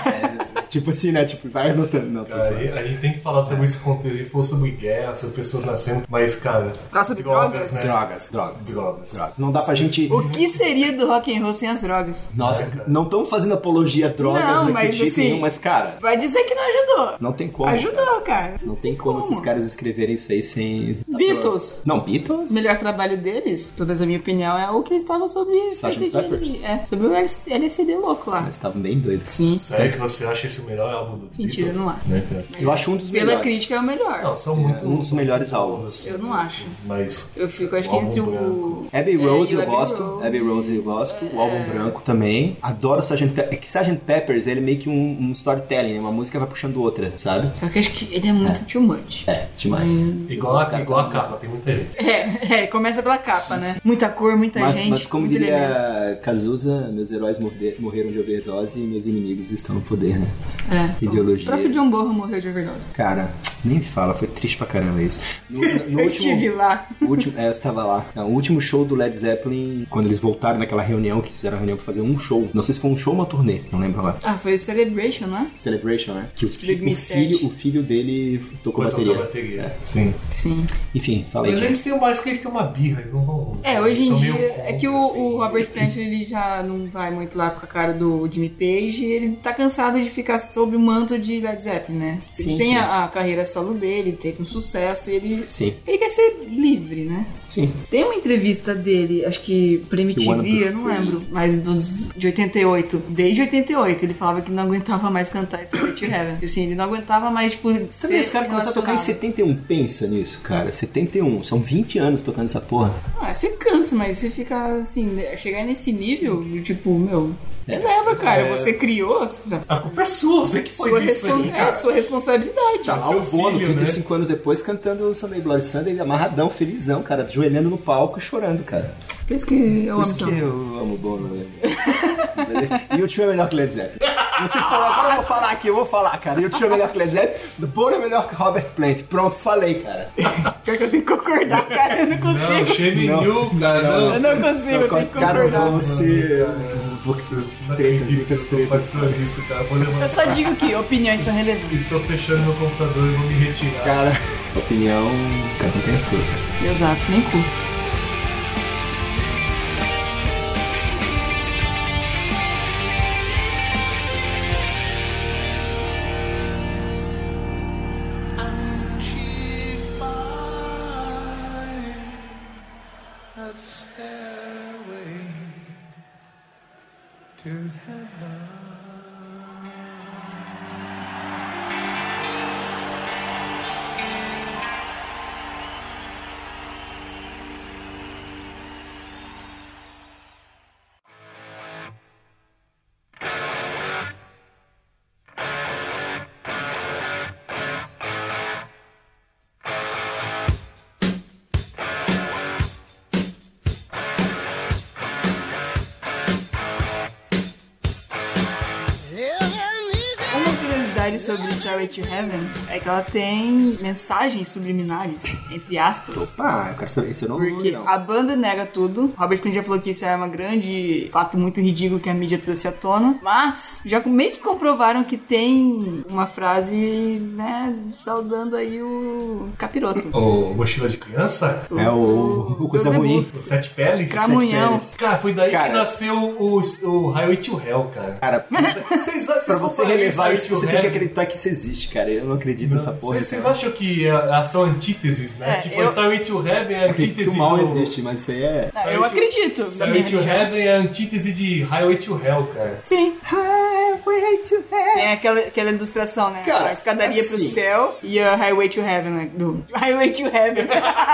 [SPEAKER 1] Tipo assim, né? Tipo, vai anotando. Não, tô zoando.
[SPEAKER 3] A gente tem que falar sobre esse contexto. A gente falou sobre guerra, sobre pessoas nascendo, mas, cara,
[SPEAKER 2] Caça de drogas?
[SPEAKER 3] né?
[SPEAKER 1] Drogas. Não dá pra gente...
[SPEAKER 2] O que seria do rock and roll sem as drogas?
[SPEAKER 1] Nossa, não estamos fazendo apologia a drogas
[SPEAKER 2] Não,
[SPEAKER 1] aqui
[SPEAKER 2] mas
[SPEAKER 1] de jeito
[SPEAKER 2] assim-
[SPEAKER 1] nenhum, mas, cara...
[SPEAKER 2] Vai dizer que não ajudou.
[SPEAKER 1] Não tem como.
[SPEAKER 2] Ajudou, cara.
[SPEAKER 1] Não tem como esses caras escreverem isso aí sem...
[SPEAKER 2] Beatles.
[SPEAKER 1] Não, Beatles?
[SPEAKER 2] O melhor trabalho deles, pelo menos a minha opinião, é o que eles estavam sobre...
[SPEAKER 1] Sgt. Peppers.
[SPEAKER 2] Sobre o LSD louco lá.
[SPEAKER 1] Eles estavam bem doidos.
[SPEAKER 2] Sim.
[SPEAKER 3] sério que você acha esse o melhor álbum do
[SPEAKER 2] Mentira,
[SPEAKER 3] Beatles?
[SPEAKER 2] não acho.
[SPEAKER 3] Né, cara?
[SPEAKER 1] Eu acho um dos
[SPEAKER 2] Pela
[SPEAKER 1] melhores.
[SPEAKER 2] crítica é o melhor.
[SPEAKER 3] Não, são muito...
[SPEAKER 1] um dos melhores álbuns.
[SPEAKER 3] assim,
[SPEAKER 2] Eu não acho.
[SPEAKER 3] Mas...
[SPEAKER 2] Eu fico, acho
[SPEAKER 3] O
[SPEAKER 2] que
[SPEAKER 3] álbum
[SPEAKER 2] entre o...
[SPEAKER 3] branco.
[SPEAKER 1] Abbey Road
[SPEAKER 2] e o
[SPEAKER 1] eu gosto.
[SPEAKER 2] Road.
[SPEAKER 1] Abbey Road eu gosto. O álbum branco também. Adoro Sgt. Peppers. É que Sgt. Peppers, ele é meio que um storytelling, né? Uma música vai puxando outra, sabe?
[SPEAKER 2] Só que acho que ele é muito too much.
[SPEAKER 1] É, demais.
[SPEAKER 3] Igual a capa, tem muita gente.
[SPEAKER 2] Começa pela capa, né? Muita cor, muita gente,
[SPEAKER 1] Mas como
[SPEAKER 2] muito elemento.
[SPEAKER 1] diria Cazuza, meus heróis morreram de overdose e meus inimigos estão no poder, né?
[SPEAKER 2] O
[SPEAKER 1] Ideologia.
[SPEAKER 2] próprio John Bonham morreu de overdose.
[SPEAKER 1] Cara, nem fala, foi triste pra caramba isso.
[SPEAKER 2] Eu estive lá.
[SPEAKER 1] Eu estava lá. Não, o último show do Led Zeppelin, quando eles voltaram naquela reunião, que fizeram a reunião pra fazer um show. Não sei se foi um show ou uma turnê, não lembro lá.
[SPEAKER 2] Ah, foi o Celebration, não é?
[SPEAKER 1] Celebration, né? Que
[SPEAKER 2] 2007.
[SPEAKER 1] o filho dele tocou
[SPEAKER 3] Foi
[SPEAKER 1] bateria.
[SPEAKER 3] tocar bateria. Sim.
[SPEAKER 2] Sim.
[SPEAKER 1] Enfim, fala aí,
[SPEAKER 3] Mas
[SPEAKER 1] gente.
[SPEAKER 3] eles têm mais que eles têm uma birra, eles não vão...
[SPEAKER 2] Hoje em
[SPEAKER 3] são
[SPEAKER 2] dia,
[SPEAKER 3] meio
[SPEAKER 2] é que
[SPEAKER 3] contra, assim,
[SPEAKER 2] o Robert Plant, ele já não vai muito lá com a cara do Jimmy Page, e ele tá cansado de ficar sob o manto de Led Zeppelin, né? Ele
[SPEAKER 1] Sim,
[SPEAKER 2] tem
[SPEAKER 1] sim.
[SPEAKER 2] a carreira solo dele, teve um sucesso, e ele
[SPEAKER 1] Sim,
[SPEAKER 2] quer ser livre, né?
[SPEAKER 1] sim.
[SPEAKER 2] Tem uma entrevista dele, acho que pra
[SPEAKER 1] You wanna be
[SPEAKER 2] MTV, eu não
[SPEAKER 1] free.
[SPEAKER 2] lembro, mas de 88. Desde 88, ele falava que não aguentava mais cantar Stairway to Heaven. Assim, ele não aguentava mais, tipo,
[SPEAKER 1] Também os caras começaram a tocar em 71, pensa nisso, cara. 71, são 20 anos tocando essa porra.
[SPEAKER 2] Você cansa, mas você fica assim, chegar nesse nível, tipo, meu... Eleva, cara. Você criou...
[SPEAKER 3] A culpa é sua, você que
[SPEAKER 2] Sua,
[SPEAKER 3] faz isso aí, cara.
[SPEAKER 2] sua responsabilidade.
[SPEAKER 1] Tá lá
[SPEAKER 3] seu
[SPEAKER 1] o Bono,
[SPEAKER 3] filho,
[SPEAKER 1] 35 anos depois, cantando Sunday Bloody Sunday, amarradão, felizão, cara, ajoelhando no palco e chorando, cara.
[SPEAKER 2] Por isso que eu
[SPEAKER 1] Por
[SPEAKER 2] amo
[SPEAKER 1] isso que eu amo o Bono, velho. E o time é melhor que Led Zeppelin. Você falou, agora eu vou falar, cara. Eu te chamo melhor que Led Zeppelin, The Bono é melhor que Robert Plant. Pronto, falei, cara.
[SPEAKER 2] Pior que eu tenho que concordar, cara. Eu não
[SPEAKER 3] Não,
[SPEAKER 2] consigo.
[SPEAKER 3] shame you, cara.
[SPEAKER 2] Eu não consigo, eu tenho que
[SPEAKER 1] Cara,
[SPEAKER 2] concordar.
[SPEAKER 1] você...
[SPEAKER 3] Não
[SPEAKER 1] Tretas,
[SPEAKER 3] acredito que
[SPEAKER 1] muitas
[SPEAKER 3] eu tô
[SPEAKER 1] tretas.
[SPEAKER 3] passando isso, cara. Vou levantar.
[SPEAKER 2] Eu só digo que opiniões são relevantes.
[SPEAKER 3] Estou fechando meu computador e vou me retirar.
[SPEAKER 1] Cara, opinião, cada um tem a sua.
[SPEAKER 2] Exato, que nem cu. Sobre Stairway to Heaven é que ela tem mensagens subliminares, entre aspas.
[SPEAKER 1] Ah, eu quero saber, isso eu não
[SPEAKER 2] Porque
[SPEAKER 1] não.
[SPEAKER 2] a banda nega tudo. Robert Plant já falou que isso é um grande fato muito ridículo que a mídia trouxe à tona. Mas já meio que comprovaram que tem uma frase, né, saudando aí o capiroto.
[SPEAKER 3] O mochila de criança?
[SPEAKER 1] É o coisa ruim.
[SPEAKER 3] O Sete Peles?
[SPEAKER 2] Cramunhão.
[SPEAKER 3] Cara, foi daí
[SPEAKER 1] Cara.
[SPEAKER 3] que nasceu o Highway to Hell, cara.
[SPEAKER 1] Cara,
[SPEAKER 3] Vocês
[SPEAKER 1] pra você
[SPEAKER 3] comparem
[SPEAKER 1] relevar
[SPEAKER 3] Highway
[SPEAKER 1] isso,
[SPEAKER 3] to
[SPEAKER 1] você tem que
[SPEAKER 3] Heaven?
[SPEAKER 1] acreditar que isso existe, cara. Eu não acredito nessa porra.
[SPEAKER 3] Vocês
[SPEAKER 1] cara.
[SPEAKER 3] acham que são antíteses, né?
[SPEAKER 2] É,
[SPEAKER 3] Tipo,
[SPEAKER 2] eu-
[SPEAKER 3] a Starway to Heaven é a
[SPEAKER 1] Acredito que
[SPEAKER 3] antítese
[SPEAKER 1] o mal
[SPEAKER 3] do...
[SPEAKER 1] existe, mas isso aí é...
[SPEAKER 2] Eu acredito. da
[SPEAKER 3] Starway
[SPEAKER 2] minha
[SPEAKER 3] to
[SPEAKER 2] religião.
[SPEAKER 3] Heaven é a antítese de Highway to Hell, cara.
[SPEAKER 2] Sim.
[SPEAKER 1] Highway to Hell.
[SPEAKER 2] Tem aquela ilustração, né?
[SPEAKER 1] Cara,
[SPEAKER 2] a escadaria pro
[SPEAKER 1] assim-
[SPEAKER 2] céu e a Highway to Heaven, né? Do Highway to Heaven.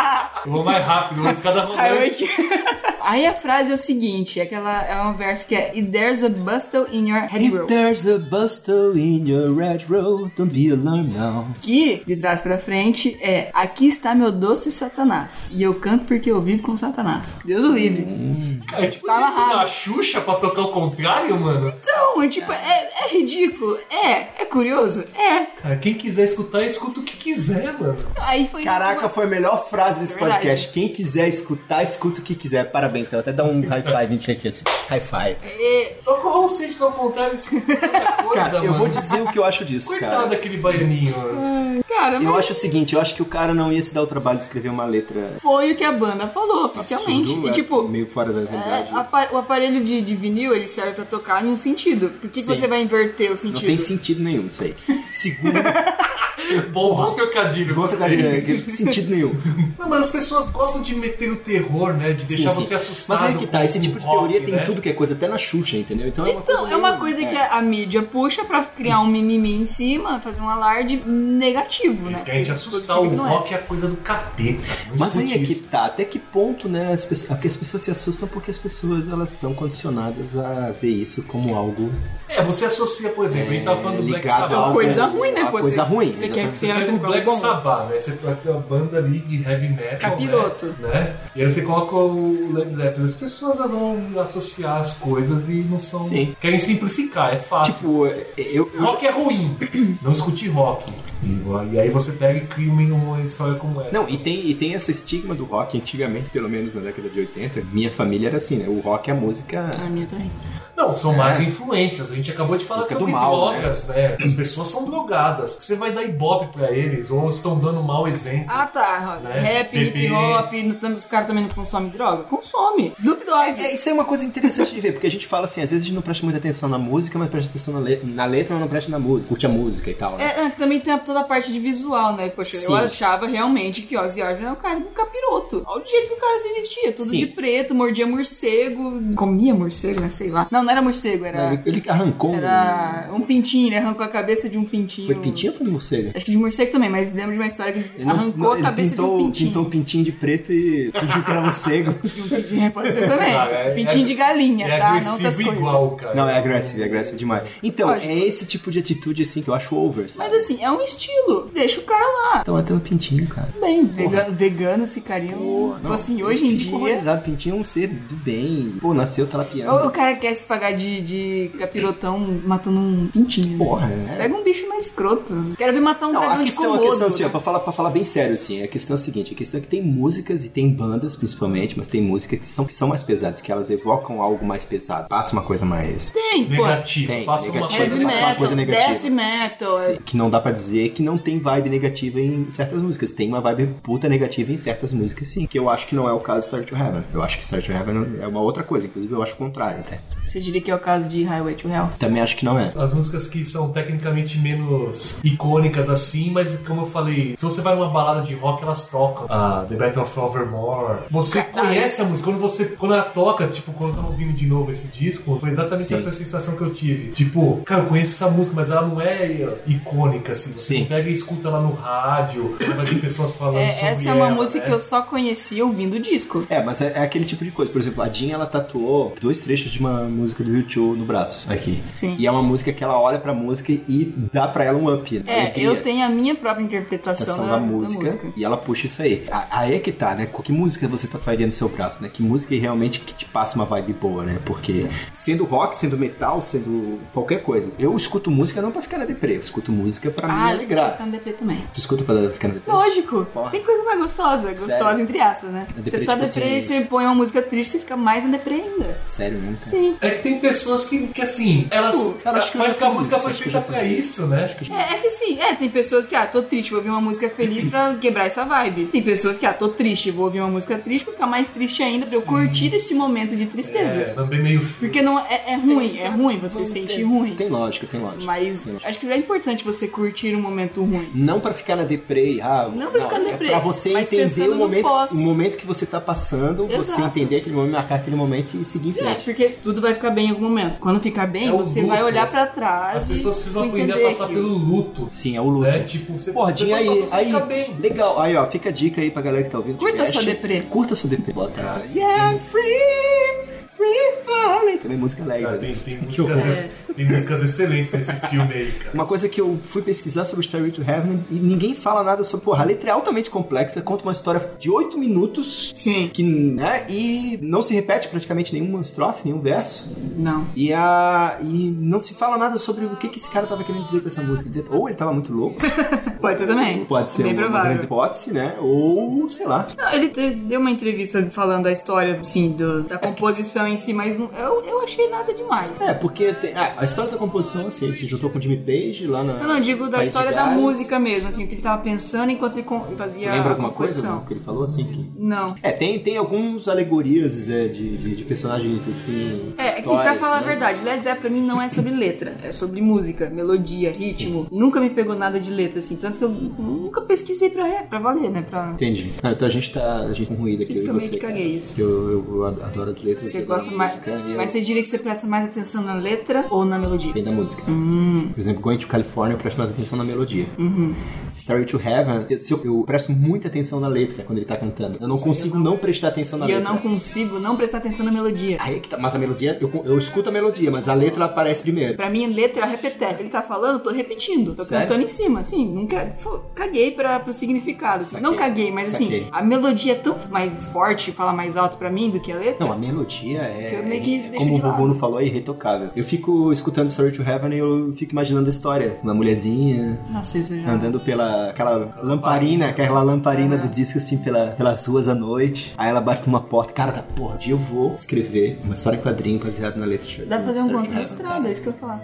[SPEAKER 3] Eu vou mais rápido, eu vou de escada
[SPEAKER 2] Highway
[SPEAKER 3] rolante.
[SPEAKER 2] to... Aí a frase é o seguinte, é um verso que é If there's a bustle in your
[SPEAKER 1] If
[SPEAKER 2] hedgerow.
[SPEAKER 1] there's a bustle in your red road, don't be alarmed now.
[SPEAKER 2] Que, de trás pra frente, é aqui está meu doce Satanás. E eu canto porque eu vivo com Satanás. Deus o livre.
[SPEAKER 3] Cara, tipo,
[SPEAKER 2] Tá
[SPEAKER 3] a gente
[SPEAKER 2] amarrado.
[SPEAKER 3] a Xuxa pra tocar o contrário, mano.
[SPEAKER 2] Então, tipo, é ridículo. É curioso.
[SPEAKER 3] Cara, quem quiser escutar, escuta o que quiser, mano.
[SPEAKER 2] Aí foi...
[SPEAKER 1] Caraca, foi a melhor frase desse
[SPEAKER 2] É verdade.
[SPEAKER 1] podcast. Quem quiser escutar, escuta o que quiser. Parabéns, cara. Até dá um high five aqui assim. High five.
[SPEAKER 3] Só que vocês ao contrário, escuta qualquer coisa,
[SPEAKER 1] Cara, eu
[SPEAKER 3] mano.
[SPEAKER 1] vou dizer o que eu acho disso,
[SPEAKER 3] Coitado
[SPEAKER 1] cara.
[SPEAKER 3] daquele baianinho, mano.
[SPEAKER 2] Cara,
[SPEAKER 1] Eu
[SPEAKER 2] mas
[SPEAKER 1] acho o seguinte, eu acho que o cara não ia se dar o trabalho de escrever uma letra
[SPEAKER 2] foi o que a banda falou, oficialmente.
[SPEAKER 1] absurdo,
[SPEAKER 2] E, tipo...
[SPEAKER 1] meio fora da realidade. isso.
[SPEAKER 2] O aparelho de vinil, ele serve pra tocar em um sentido. Por que
[SPEAKER 1] Sim.
[SPEAKER 2] você vai inverter o
[SPEAKER 1] Não
[SPEAKER 2] sentido?
[SPEAKER 1] tem sentido nenhum isso aí. Segundo,
[SPEAKER 3] Bom trocadilho.
[SPEAKER 1] vou
[SPEAKER 3] gostei.
[SPEAKER 1] trocar sentido nenhum.
[SPEAKER 3] Não, mas as pessoas gostam de meter o terror, né? De deixar
[SPEAKER 1] Sim,
[SPEAKER 3] você
[SPEAKER 1] sim.
[SPEAKER 3] assustado.
[SPEAKER 1] Mas aí que tá, esse
[SPEAKER 3] com
[SPEAKER 1] tipo de
[SPEAKER 3] rock,
[SPEAKER 1] teoria tem
[SPEAKER 3] né?
[SPEAKER 1] tudo que é coisa, até na Xuxa, entendeu? Então
[SPEAKER 2] Então, é uma
[SPEAKER 1] meio-
[SPEAKER 2] coisa que a mídia puxa pra criar um mimimi em cima, fazer um alarde negativo, né?
[SPEAKER 3] Eles querem te assustar. O
[SPEAKER 2] Positivo não é.
[SPEAKER 3] rock é a coisa do capeta. Não
[SPEAKER 1] Mas aí
[SPEAKER 3] escute
[SPEAKER 1] é que
[SPEAKER 3] isso.
[SPEAKER 1] tá, até que ponto, né, as pessoas se assustam porque as pessoas, elas estão condicionadas a ver isso como algo
[SPEAKER 3] É, você associa, por exemplo, a gente tava falando do Black
[SPEAKER 1] ligado a
[SPEAKER 3] Sabbath.
[SPEAKER 1] algo...
[SPEAKER 2] Coisa ruim, né?
[SPEAKER 1] a
[SPEAKER 2] Pô,
[SPEAKER 1] coisa ruim.
[SPEAKER 2] Você quer que
[SPEAKER 3] Você
[SPEAKER 2] você
[SPEAKER 3] pega o
[SPEAKER 2] relacione com algo
[SPEAKER 3] Black
[SPEAKER 2] bom?
[SPEAKER 3] Sabbath, né? Você pega uma banda ali de heavy metal,
[SPEAKER 2] Capiroto.
[SPEAKER 3] né? E aí você coloca o Led Zeppelin. As pessoas elas vão associar as coisas e não são...
[SPEAKER 1] Sim.
[SPEAKER 3] Querem simplificar, é fácil.
[SPEAKER 1] Tipo, eu
[SPEAKER 3] Rock é ruim. Não escute rock. E aí você pega e cria uma história como essa.
[SPEAKER 1] Não, e tem esse estigma do rock, antigamente, pelo menos na década de 80, minha família era assim, né? O rock é a música...
[SPEAKER 2] A minha também.
[SPEAKER 3] Não, são mais influências. A gente acabou de falar
[SPEAKER 1] Música
[SPEAKER 3] sobre
[SPEAKER 1] do mal,
[SPEAKER 3] drogas, né? As pessoas são drogadas. Você vai dar ibope pra eles ou estão dando um mau exemplo.
[SPEAKER 2] Ah, tá.
[SPEAKER 3] Né?
[SPEAKER 2] Rap, hip
[SPEAKER 3] Bebê.
[SPEAKER 2] hop, os caras também não consomem droga? Consome. Snoop Dogg.
[SPEAKER 1] Isso é uma coisa interessante de ver, porque a gente fala assim, às vezes a gente não presta muita atenção na música, mas presta atenção na letra, mas não presta na música, curte a música e tal, né?
[SPEAKER 2] Também tem toda a parte de visual, né? Poxa,
[SPEAKER 1] Sim.
[SPEAKER 2] eu achava realmente que Ozzy Osbourne é o cara do capiroto. Olha o jeito que o cara se vestia, tudo
[SPEAKER 1] Sim.
[SPEAKER 2] de preto, mordia morcego, comia morcego, né? Sei lá. Não era morcego, era
[SPEAKER 1] Ele arrancou
[SPEAKER 2] um pintinho, ele arrancou a cabeça de um pintinho.
[SPEAKER 1] Foi pintinho ou foi de morcego?
[SPEAKER 2] Acho que de morcego também, mas lembro de uma história que ele arrancou a cabeça de um pintinho.
[SPEAKER 1] Pintou um pintinho de preto e fingiu que era morcego.
[SPEAKER 2] De um pintinho, pode ser também.
[SPEAKER 3] Cara,
[SPEAKER 2] pintinho de galinha,
[SPEAKER 3] é
[SPEAKER 2] tá? Não outras
[SPEAKER 3] agressivo
[SPEAKER 2] coisas.
[SPEAKER 3] igual, cara.
[SPEAKER 1] Não, é agressivo demais. Então,
[SPEAKER 2] Lógico.
[SPEAKER 1] é esse tipo de atitude assim que eu acho over, sabe?
[SPEAKER 2] Mas assim, é um estilo. Deixa o cara lá.
[SPEAKER 1] Tá batendo pintinho, cara.
[SPEAKER 2] Bem, vegano esse carinha. Tipo assim, hoje em dia...
[SPEAKER 1] horrorizado, pintinho é um ser do bem. Pô, nasceu talapiando.
[SPEAKER 2] O cara quer se pagar de capirotão matando um pintinho.
[SPEAKER 1] Porra, né?
[SPEAKER 2] Pega um bicho mais escroto. Quero ver matar um
[SPEAKER 1] Não,
[SPEAKER 2] dragão
[SPEAKER 1] a
[SPEAKER 2] de
[SPEAKER 1] questão,
[SPEAKER 2] Komodo.
[SPEAKER 1] assim, ó,
[SPEAKER 2] né?
[SPEAKER 1] pra falar bem sério, assim, a questão é a seguinte, a questão é que tem músicas e tem bandas, principalmente, mas tem músicas que são mais pesadas, que elas evocam algo mais pesado, passa uma coisa mais...
[SPEAKER 2] Tem, pô.
[SPEAKER 3] Negativo.
[SPEAKER 1] Tem,
[SPEAKER 3] Passa uma
[SPEAKER 1] negativo.
[SPEAKER 3] coisa
[SPEAKER 2] Heavy
[SPEAKER 1] Passa uma
[SPEAKER 2] metal,
[SPEAKER 1] coisa negativa.
[SPEAKER 2] death metal.
[SPEAKER 1] Sim, que não dá pra dizer que não tem vibe negativa em certas músicas. Tem uma vibe puta negativa em certas músicas, sim. Que eu acho que não é o caso de Starry to Heaven. Eu acho que Starry to Heaven é uma outra coisa. Inclusive, eu acho o contrário, até.
[SPEAKER 2] Você diria que é o caso de Highway to Hell?
[SPEAKER 1] Também acho que não é.
[SPEAKER 3] As músicas que são tecnicamente menos icônicas assim, mas como eu falei, se você vai numa balada de rock, elas tocam. A The Battle of Overmore. Você conhece a música. Quando ela toca, tipo, quando eu tava ouvindo de novo esse disco, foi exatamente
[SPEAKER 1] Sim.
[SPEAKER 3] essa sensação que eu tive. Tipo, cara, eu conheço essa música, mas ela não é icônica, assim. Você
[SPEAKER 1] Sim.
[SPEAKER 3] não pega e escuta ela no rádio, vai ter pessoas falando sobre
[SPEAKER 2] Essa é uma
[SPEAKER 3] ela,
[SPEAKER 2] música
[SPEAKER 3] né?
[SPEAKER 2] que eu só conheci ouvindo o disco.
[SPEAKER 1] Mas é aquele tipo de coisa. Por exemplo, a Jean, ela tatuou 2 trechos de uma música do U2 no braço, aqui.
[SPEAKER 2] Sim.
[SPEAKER 1] E é uma música que ela olha pra música e dá pra ela um up. Alegria.
[SPEAKER 2] Eu tenho a minha própria interpretação
[SPEAKER 1] Da música, e ela puxa isso aí. Aí é que tá, né? Que música você tatuaria no seu braço, né? Que música realmente que te passa uma vibe boa, né? Porque sendo rock, sendo metal, sendo qualquer coisa, eu escuto música não pra ficar na deprê, eu escuto música pra me
[SPEAKER 2] eu escuto
[SPEAKER 1] alegrar.
[SPEAKER 2] ficar no deprê também.
[SPEAKER 1] Tu escuta pra ficar na deprê?
[SPEAKER 2] Lógico.
[SPEAKER 1] Porra.
[SPEAKER 2] Tem coisa mais gostosa. Gostosa,
[SPEAKER 1] Sério?
[SPEAKER 2] entre aspas, né?
[SPEAKER 1] A deprê,
[SPEAKER 2] Você tá
[SPEAKER 1] tipo
[SPEAKER 2] deprê e
[SPEAKER 1] assim-
[SPEAKER 2] você põe uma música triste e fica mais na deprê ainda.
[SPEAKER 1] Sério mesmo? cara?
[SPEAKER 2] Sim.
[SPEAKER 3] É que tem pessoas que assim, elas.
[SPEAKER 1] Cara, acho que eu
[SPEAKER 3] mas
[SPEAKER 1] já
[SPEAKER 3] que a
[SPEAKER 1] fiz
[SPEAKER 3] música
[SPEAKER 1] isso,
[SPEAKER 3] foi
[SPEAKER 1] acho que eu
[SPEAKER 3] feita
[SPEAKER 1] já
[SPEAKER 3] pra
[SPEAKER 1] fiz
[SPEAKER 3] isso, né?
[SPEAKER 2] É que sim, tem pessoas que, tô triste, vou ouvir uma música feliz pra quebrar essa vibe. Tem pessoas que, tô triste, vou ouvir uma música triste pra ficar mais triste ainda, pra eu curtir este momento de tristeza.
[SPEAKER 3] Também meio.
[SPEAKER 2] Porque não é ruim, você sente ruim.
[SPEAKER 1] Tem lógica, tem lógica.
[SPEAKER 2] Mas
[SPEAKER 1] Tem lógica.
[SPEAKER 2] acho que é importante você curtir um momento ruim.
[SPEAKER 1] Não pra ficar na deprê,
[SPEAKER 2] Não pra ficar na deprê,
[SPEAKER 1] É pra você
[SPEAKER 2] mas
[SPEAKER 1] entender
[SPEAKER 2] pensando
[SPEAKER 1] o
[SPEAKER 2] no
[SPEAKER 1] momento,
[SPEAKER 2] pós.
[SPEAKER 1] o momento que você tá passando, você
[SPEAKER 2] Exato.
[SPEAKER 1] entender aquele momento, marcar aquele momento e seguir em frente.
[SPEAKER 2] Porque tudo vai ficar bem em algum momento. Quando ficar bem,
[SPEAKER 3] É o
[SPEAKER 2] você
[SPEAKER 3] luto,
[SPEAKER 2] vai olhar
[SPEAKER 3] as-
[SPEAKER 2] pra trás.
[SPEAKER 3] As pessoas
[SPEAKER 2] e
[SPEAKER 3] precisam aprender a
[SPEAKER 2] entender
[SPEAKER 3] passar
[SPEAKER 2] aquilo.
[SPEAKER 3] pelo luto.
[SPEAKER 1] Sim, é o luto.
[SPEAKER 3] Né? Tipo, você
[SPEAKER 1] Porra, Dinho,
[SPEAKER 3] depois
[SPEAKER 1] aí,
[SPEAKER 3] você
[SPEAKER 1] aí,
[SPEAKER 3] fica bem.
[SPEAKER 1] legal. Aí, ó, fica a dica aí pra galera que tá ouvindo.
[SPEAKER 2] Curta
[SPEAKER 1] podcast.
[SPEAKER 2] sua deprê.
[SPEAKER 1] Curta sua deprê. Bota, yeah, free falling. Também música alegre.
[SPEAKER 3] Cara,
[SPEAKER 1] né?
[SPEAKER 3] tem músicas excelentes nesse filme aí, cara.
[SPEAKER 1] Uma coisa que eu fui pesquisar sobre Stairway to Heaven e ninguém fala nada sobre... Porra, a letra é altamente complexa, conta uma história de 8 minutos...
[SPEAKER 2] Sim.
[SPEAKER 1] Que, né, e não se repete praticamente nenhuma estrofe, nenhum verso.
[SPEAKER 2] Não.
[SPEAKER 1] E não se fala nada sobre o que esse cara tava querendo dizer com essa música. Ou ele tava muito louco,
[SPEAKER 2] Pode ser também.
[SPEAKER 1] pode ser
[SPEAKER 2] Bem
[SPEAKER 1] uma
[SPEAKER 2] provável.
[SPEAKER 1] grande hipótese, né? Ou, sei lá.
[SPEAKER 2] Não, ele deu uma entrevista falando a história, assim, da composição em si, mas eu achei nada demais.
[SPEAKER 1] Porque a história da composição, assim, ele se juntou com o Jimmy Page lá na...
[SPEAKER 2] Eu não digo da
[SPEAKER 1] País de
[SPEAKER 2] história da
[SPEAKER 1] Gales.
[SPEAKER 2] música mesmo, assim, o que ele tava pensando enquanto ele fazia
[SPEAKER 1] Você lembra
[SPEAKER 2] a
[SPEAKER 1] alguma coisa
[SPEAKER 2] composição.
[SPEAKER 1] do que ele falou, assim?
[SPEAKER 2] Não.
[SPEAKER 1] Tem algumas alegorias de personagens, assim,
[SPEAKER 2] É que pra
[SPEAKER 1] histórias,
[SPEAKER 2] falar a
[SPEAKER 1] né?
[SPEAKER 2] verdade, Led Zeppelin pra mim não é sobre letra, é sobre música, melodia, ritmo. Nunca me pegou nada de letra, assim, tanto que eu nunca pesquisei pra valer, né?
[SPEAKER 1] Entendi. Não, então a gente tá com ruído aqui,
[SPEAKER 2] Isso
[SPEAKER 1] eu
[SPEAKER 2] que
[SPEAKER 1] e
[SPEAKER 2] eu meio
[SPEAKER 1] você,
[SPEAKER 2] que caguei
[SPEAKER 1] cara.
[SPEAKER 2] isso.
[SPEAKER 1] Que eu adoro as letras.
[SPEAKER 2] Você
[SPEAKER 1] eu adoro
[SPEAKER 2] gosta
[SPEAKER 1] a
[SPEAKER 2] mais.
[SPEAKER 1] música, e eu-
[SPEAKER 2] Mas você diria que você presta mais atenção na letra ou na melodia?
[SPEAKER 1] Bem da música. Por exemplo, Going to California, eu presto mais atenção na melodia. Starry to Heaven, eu presto muita atenção na letra quando ele tá cantando. Eu não consigo não prestar atenção na
[SPEAKER 2] E eu
[SPEAKER 1] letra.
[SPEAKER 2] não consigo não prestar atenção na melodia.
[SPEAKER 1] Aí é que tá. Mas a melodia, eu escuto a melodia, mas a letra aparece primeiro.
[SPEAKER 2] Pra mim, letra é repetir. Ele tá falando, eu tô repetindo. Tô
[SPEAKER 1] Sério?
[SPEAKER 2] cantando em cima, assim. Nunca. Caguei pro significado. Assim.
[SPEAKER 1] Saquei.
[SPEAKER 2] Não caguei, mas
[SPEAKER 1] Saquei.
[SPEAKER 2] assim, a melodia é tão mais forte, fala mais alto pra mim do que a letra.
[SPEAKER 1] Não, a melodia
[SPEAKER 2] Que eu meio que deixo
[SPEAKER 1] como o
[SPEAKER 2] de lado.
[SPEAKER 1] Bubuno falou, é irretocável. Eu fico escutando Starry to Heaven e eu fico imaginando a história. Uma mulherzinha
[SPEAKER 2] Nossa, isso já.
[SPEAKER 1] andando pela aquela lamparina do disco, assim, pelas ruas à noite. Aí ela bate numa porta. Cara, da porra, um dia eu vou escrever uma história em quadrinho baseada na letra.
[SPEAKER 2] Dá pra fazer um
[SPEAKER 1] Starry to
[SPEAKER 2] conto
[SPEAKER 1] Heaven.
[SPEAKER 2] ilustrado, é isso que eu ia falar.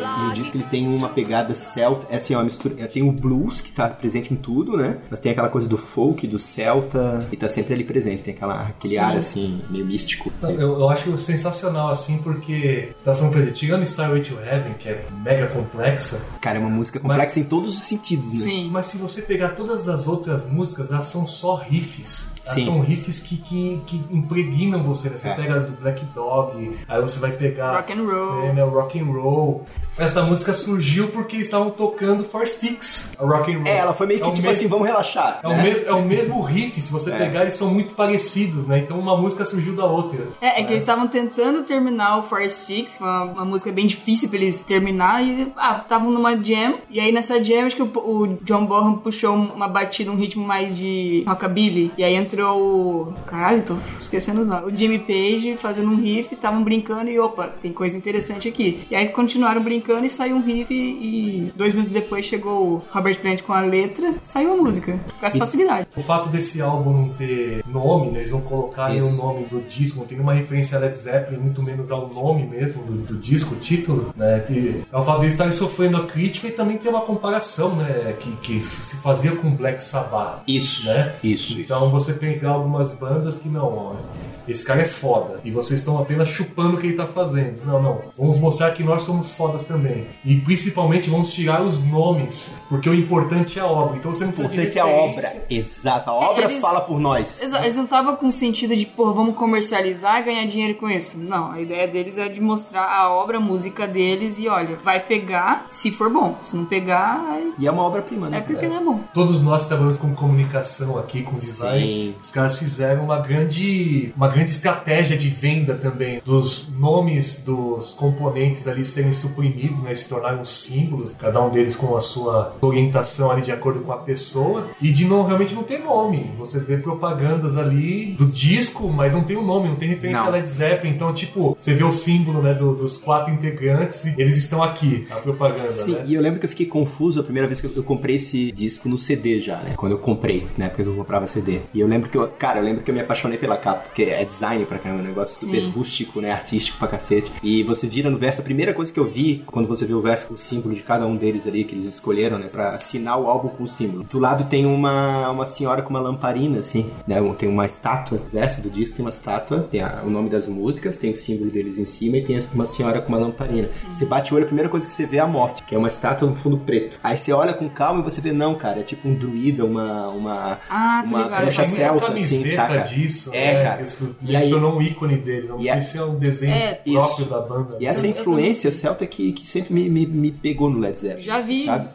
[SPEAKER 1] E o disco ele tem uma pegada celta, é assim, uma mistura. Tem o blues que tá presente em tudo, né? Mas tem aquela coisa do folk, do celta, e tá sempre ali presente. Tem aquele ar assim, meio místico.
[SPEAKER 3] Eu acho sensacional assim, porque tá falando pra ele, tirando Starway to Heaven, que é mega complexa.
[SPEAKER 1] Cara, é uma música complexa em todos os sentidos, né?
[SPEAKER 2] Sim.
[SPEAKER 3] Mas se você pegar todas as outras músicas, elas são só riffs. Elas são riffs que impregnam você, né? Você pega do Black Dog, aí você vai pegar
[SPEAKER 2] Rock and roll.
[SPEAKER 3] o rock and roll. Essa música surgiu porque eles estavam tocando Four Sticks, a rock and roll.
[SPEAKER 1] Ela foi meio que tipo assim, vamos relaxar.
[SPEAKER 3] É o mesmo riff, se você pegar, eles são muito parecidos, né? Então uma música surgiu da outra.
[SPEAKER 2] É que eles estavam tentando terminar o Four Sticks, que é uma música bem difícil pra eles terminar, e estavam numa jam, e aí nessa jam acho que o John Bonham puxou uma batida, um ritmo mais de rockabilly, e aí entrou o... Caralho, tô esquecendo os nomes. O Jimmy Page fazendo um riff, estavam brincando e opa, tem coisa interessante aqui. E aí continuaram brincando e saiu um riff e 2 minutos depois chegou o Robert Plant com a letra, saiu a música. Com essa facilidade.
[SPEAKER 3] O fato desse álbum não ter nome, né? Eles não colocarem o nome do disco, não tem nenhuma referência a Led Zeppelin, muito menos ao nome mesmo do disco, o título, né? É o fato de eles estarem sofrendo a crítica e também tem uma comparação, né? Que se fazia com Black Sabbath.
[SPEAKER 1] Isso,
[SPEAKER 3] né?
[SPEAKER 1] isso.
[SPEAKER 3] Então você pegar algumas bandas que não, ó, esse cara é foda e vocês estão apenas chupando o que ele tá fazendo. Não, vamos mostrar que nós somos fodas também. E principalmente vamos tirar os nomes, porque o importante é a obra. Então você não precisa de referência.
[SPEAKER 1] O importante é a obra, exato. A obra fala por nós.
[SPEAKER 2] Eles não estavam com o sentido de, vamos comercializar e ganhar dinheiro com isso. Não, a ideia deles é de mostrar a obra, a música deles e olha, vai pegar se for bom. Se não pegar...
[SPEAKER 1] E é uma obra-prima, né?
[SPEAKER 2] É porque não é bom.
[SPEAKER 3] Todos nós que trabalhamos com comunicação aqui, com design,
[SPEAKER 1] Sim.
[SPEAKER 3] Os caras fizeram uma grande estratégia de venda também, dos nomes dos componentes ali serem suprimidos, né, se tornarem símbolos, cada um deles com a sua orientação ali de acordo com a pessoa, e de realmente não ter nome. Você vê propagandas ali do disco, mas não tem o nome, não tem referência a Led Zeppelin, então tipo, você vê o símbolo, né, dos 4 integrantes e eles estão aqui, a propaganda.
[SPEAKER 1] Sim,
[SPEAKER 3] né?
[SPEAKER 1] E eu lembro que eu fiquei confuso a primeira vez que eu comprei esse disco no CD já, né, quando eu comprei, na época que eu comprava CD. E eu lembro que eu me apaixonei pela capa, porque é design pra caramba, um negócio super rústico, né, artístico pra cacete. E você vira no verso, a primeira coisa que eu vi, quando você vê o verso, o símbolo de cada um deles ali, que eles escolheram, né, pra assinar o álbum com o símbolo. Do lado tem uma senhora com uma lamparina, assim, né, tem uma estátua, o verso do disco tem uma estátua, tem o nome das músicas, tem o símbolo deles em cima e tem uma senhora com uma lamparina. Você bate o olho, a primeira coisa que você vê é a morte, que é uma estátua no fundo preto. Aí você olha com calma e você vê, não, cara, é tipo um druida, uma concha celta, assim, saca?
[SPEAKER 3] Disso,
[SPEAKER 1] cara.
[SPEAKER 3] Isso
[SPEAKER 1] E aí,
[SPEAKER 3] mencionou um ícone dele, não sei se é um desenho próprio da banda.
[SPEAKER 1] E essa influência celta que sempre me pegou no Led Zeppelin.
[SPEAKER 2] Já vi
[SPEAKER 1] sabe?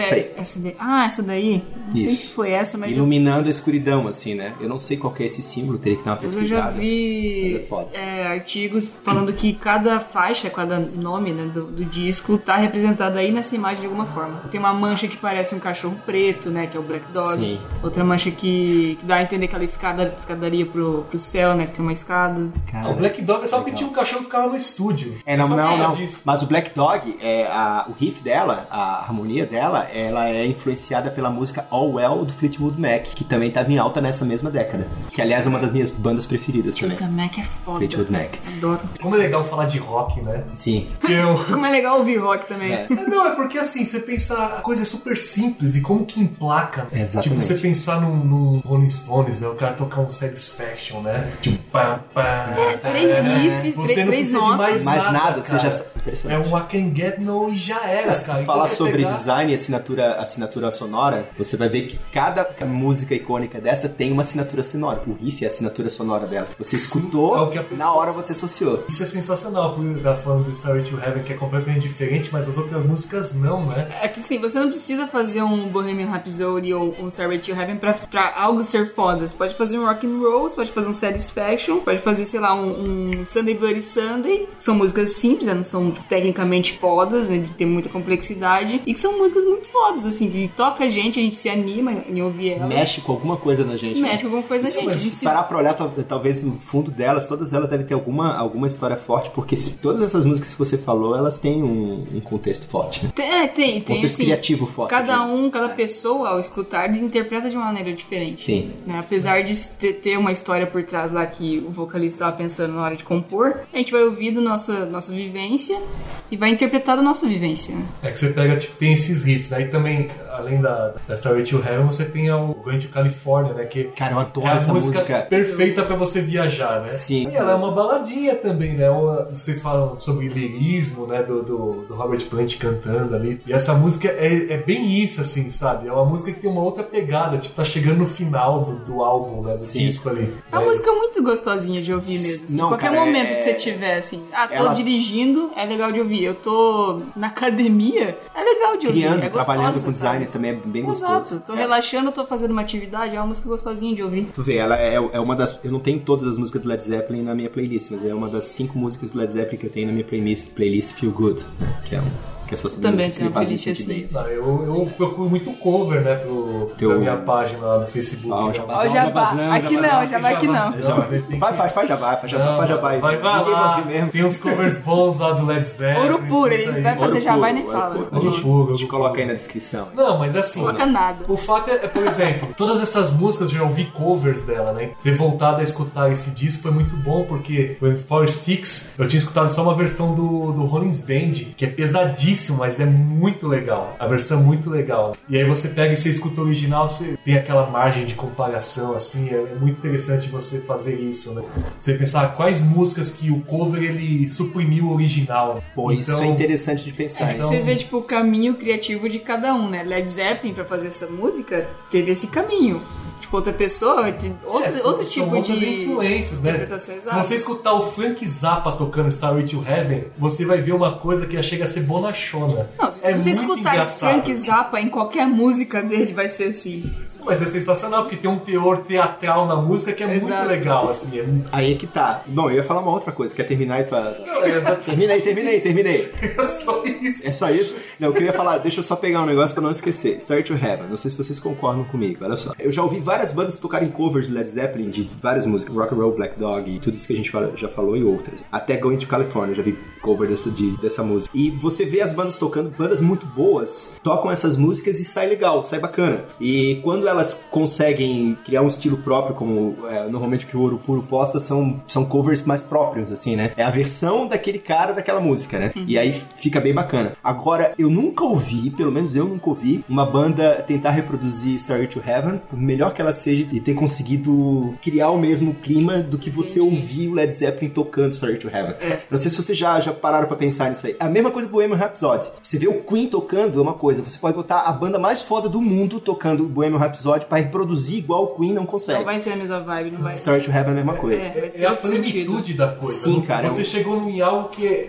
[SPEAKER 2] essa daí. Não sei se foi essa, mas
[SPEAKER 1] iluminando a escuridão, assim, né? Eu não sei qual que é esse símbolo, teria que dar uma pesquisada.
[SPEAKER 2] Eu já vi artigos falando que cada faixa, cada nome, né, do disco tá representado aí nessa imagem de alguma forma. Tem uma mancha que parece um cachorro preto, né, que é o Black Dog.
[SPEAKER 1] Sim.
[SPEAKER 2] Outra mancha que dá a entender aquela escadaria pro céu, né, que tem uma escada.
[SPEAKER 1] Cara,
[SPEAKER 3] o Black Dog é só porque tinha um cachorro que ficava no estúdio.
[SPEAKER 1] Não. Mas o Black Dog, o riff dela, a harmonia dela, ela é influenciada pela música All Well do Fleetwood Mac, que também estava em alta nessa mesma década. Que, aliás, é uma das minhas bandas preferidas também.
[SPEAKER 2] Fleetwood Mac é foda.
[SPEAKER 1] Fleetwood Mac.
[SPEAKER 2] Adoro.
[SPEAKER 3] Como é legal falar de rock, né?
[SPEAKER 1] Sim.
[SPEAKER 2] Como é legal ouvir rock também.
[SPEAKER 3] Não, é porque assim, você pensar, a coisa é super simples e como que emplaca.
[SPEAKER 1] Exatamente.
[SPEAKER 3] Tipo, você pensar num Rolling Stones, né? O cara tocar um Satisfaction, né? Tipo,
[SPEAKER 2] três riffs, três notas.
[SPEAKER 1] Mais nada,
[SPEAKER 3] você já
[SPEAKER 1] sabe.
[SPEAKER 3] É um I Can Get No e já era,
[SPEAKER 1] Se
[SPEAKER 3] cara.
[SPEAKER 1] tu falar sobre design e assinatura sonora, você vai ver que cada música icônica dessa tem uma assinatura sonora. O riff é a assinatura sonora dela. Você escutou, na hora você associou.
[SPEAKER 3] Isso é sensacional, por estar falando do Starway to Heaven, que é completamente diferente, mas as outras músicas não, né?
[SPEAKER 2] É que sim, você não precisa fazer um Bohemian Rhapsody ou um Starway to Heaven pra algo ser foda. Você pode fazer um Rock and Roll, você pode fazer um Satisfaction, pode fazer, sei lá, um Sunday Bloody Sunday. São músicas simples, né? Não são tecnicamente fodas, né? Tem muita complexidade. E que são músicas muito fodas, assim, que toca a gente se anima em ouvir elas.
[SPEAKER 1] Mexe com alguma coisa na gente.
[SPEAKER 2] Mexe com alguma coisa na gente.
[SPEAKER 1] Se parar pra olhar, talvez no fundo delas, todas elas devem ter alguma história forte, porque todas essas músicas que você falou, elas têm um contexto forte, né?
[SPEAKER 2] Tem.
[SPEAKER 1] Contexto
[SPEAKER 2] assim,
[SPEAKER 1] criativo forte.
[SPEAKER 2] Cada pessoa, ao escutar, interpreta de uma maneira diferente.
[SPEAKER 1] Sim.
[SPEAKER 2] Né? Apesar de ter uma história por trás lá que o vocalista estava pensando na hora de compor, a gente vai ouvir da nossa vivência e vai interpretar a nossa vivência.
[SPEAKER 3] É que você pega, tipo, tem esses riffs. Aí também, além da Starway to Heaven, você tem o Going to California, né? Que
[SPEAKER 1] Cara, eu adoro
[SPEAKER 3] é a
[SPEAKER 1] essa
[SPEAKER 3] música
[SPEAKER 1] música.
[SPEAKER 3] perfeita pra você viajar, né?
[SPEAKER 1] Sim.
[SPEAKER 3] E ela é uma baladinha também, né? Vocês falam sobre lirismo, né? Do Robert Plant cantando ali. E essa música é bem isso, assim, sabe? É uma música que tem uma outra pegada. Tipo, tá chegando no final do álbum, né? Do disco ali.
[SPEAKER 2] É uma música muito gostosinha de ouvir mesmo. Assim.
[SPEAKER 1] Não,
[SPEAKER 2] Qualquer
[SPEAKER 1] cara,
[SPEAKER 2] momento que você tiver, assim. Tô dirigindo, é legal de ouvir. Eu tô na academia, é legal de ouvir.
[SPEAKER 1] Criando,
[SPEAKER 2] é gostosa,
[SPEAKER 1] trabalhando com design
[SPEAKER 2] sabe?
[SPEAKER 1] também é bem
[SPEAKER 2] Exato.
[SPEAKER 1] gostoso.
[SPEAKER 2] Tô relaxando, tô fazendo uma atividade, é uma música gostosinha de ouvir.
[SPEAKER 1] Tu vê, ela é uma das... Eu não tenho todas as músicas do Led Zeppelin na minha playlist, mas é uma das 5 músicas do Led Zeppelin que eu tenho na minha playlist Feel Good, que é só
[SPEAKER 2] também tem uma
[SPEAKER 1] playlist
[SPEAKER 2] playlist assim.
[SPEAKER 3] Não, eu procuro muito cover, né? Pra minha página lá no Facebook.
[SPEAKER 1] Ah,
[SPEAKER 3] né?
[SPEAKER 2] Ó, jabá. Aqui não, jabá aqui não.
[SPEAKER 1] Faz jabá.
[SPEAKER 3] Vai
[SPEAKER 1] Ninguém vai
[SPEAKER 3] lá,
[SPEAKER 1] ouvir mesmo.
[SPEAKER 3] tem uns covers bons lá do Led Zeppelin.
[SPEAKER 2] Ouro puro, ele vai fazer jabá e nem fala.
[SPEAKER 1] A gente coloca aí na descrição.
[SPEAKER 3] Não, mas assim...
[SPEAKER 2] Coloca nada.
[SPEAKER 3] O fato é, por exemplo, todas essas músicas eu já ouvi covers dela, né? Ter voltado a escutar esse disco foi muito bom, porque o Four Sticks eu tinha escutado só uma versão do Rollins Band, que é pesadíssimo, mas é muito legal. A versão é muito legal. E aí você pega e você escuta o original, você tem aquela margem de comparação, assim, é muito interessante você fazer isso, né? Você pensar quais músicas que o cover ele suprimiu o original.
[SPEAKER 1] Pô, isso é interessante de pensar.
[SPEAKER 2] Você vê, tipo, o caminho criativo de cada um, né? Led Zeppelin, pra fazer essa música, teve esse caminho. Tipo, outra pessoa vai ter outro tipo
[SPEAKER 3] outras
[SPEAKER 2] de
[SPEAKER 3] influências, né?
[SPEAKER 2] interpretação.
[SPEAKER 3] Se você escutar o Frank Zappa tocando Starway to Heaven, você vai ver uma coisa que chega a ser bonachona.
[SPEAKER 2] Não, se
[SPEAKER 3] É
[SPEAKER 2] você
[SPEAKER 3] muito
[SPEAKER 2] escutar
[SPEAKER 3] engraçado.
[SPEAKER 2] Frank Zappa em qualquer música dele, vai ser assim.
[SPEAKER 3] Mas é sensacional, porque tem um teor teatral na música que é muito
[SPEAKER 2] Exato.
[SPEAKER 3] legal, assim.
[SPEAKER 1] Aí é que tá. Bom, eu ia falar uma outra coisa. Quer terminar aí tua...
[SPEAKER 3] É
[SPEAKER 1] Terminei.
[SPEAKER 3] só isso.
[SPEAKER 1] É só isso? Não, o que eu ia falar, deixa eu só pegar um negócio pra não esquecer. Starway to Heaven, não sei se vocês concordam comigo, olha só. Eu já ouvi várias bandas tocarem covers de Led Zeppelin, de várias músicas, Rock and Roll, Black Dog, e tudo isso que a gente já falou e outras. Até Going to California, eu já vi cover dessa música. E você vê as bandas tocando, bandas muito boas, tocam essas músicas e sai legal, sai bacana. E quando elas conseguem criar um estilo próprio, como normalmente o que o Ouro Puro posta, são covers mais próprios, assim, né? É a versão daquele cara daquela música, né? E aí fica bem bacana. Agora, eu nunca ouvi, pelo menos eu nunca ouvi, uma banda tentar reproduzir Starway to Heaven, por melhor que ela seja, e ter conseguido criar o mesmo clima do que você ouvir o Led Zeppelin tocando Starway to Heaven. Não sei se vocês já pararam pra pensar nisso aí. A mesma coisa do Bohemian Rhapsody. Você vê o Queen tocando, é uma coisa. Você pode botar a banda mais foda do mundo tocando o Bohemian Rhapsody pra reproduzir igual o Queen não consegue.
[SPEAKER 2] Não vai ser a mesma vibe, não vai.
[SPEAKER 1] Starway to Heaven é a mesma coisa.
[SPEAKER 2] Vai ter
[SPEAKER 3] É a
[SPEAKER 2] outro
[SPEAKER 3] plenitude
[SPEAKER 2] sentido.
[SPEAKER 3] da coisa.
[SPEAKER 1] Sim, cara.
[SPEAKER 3] Você chegou em algo que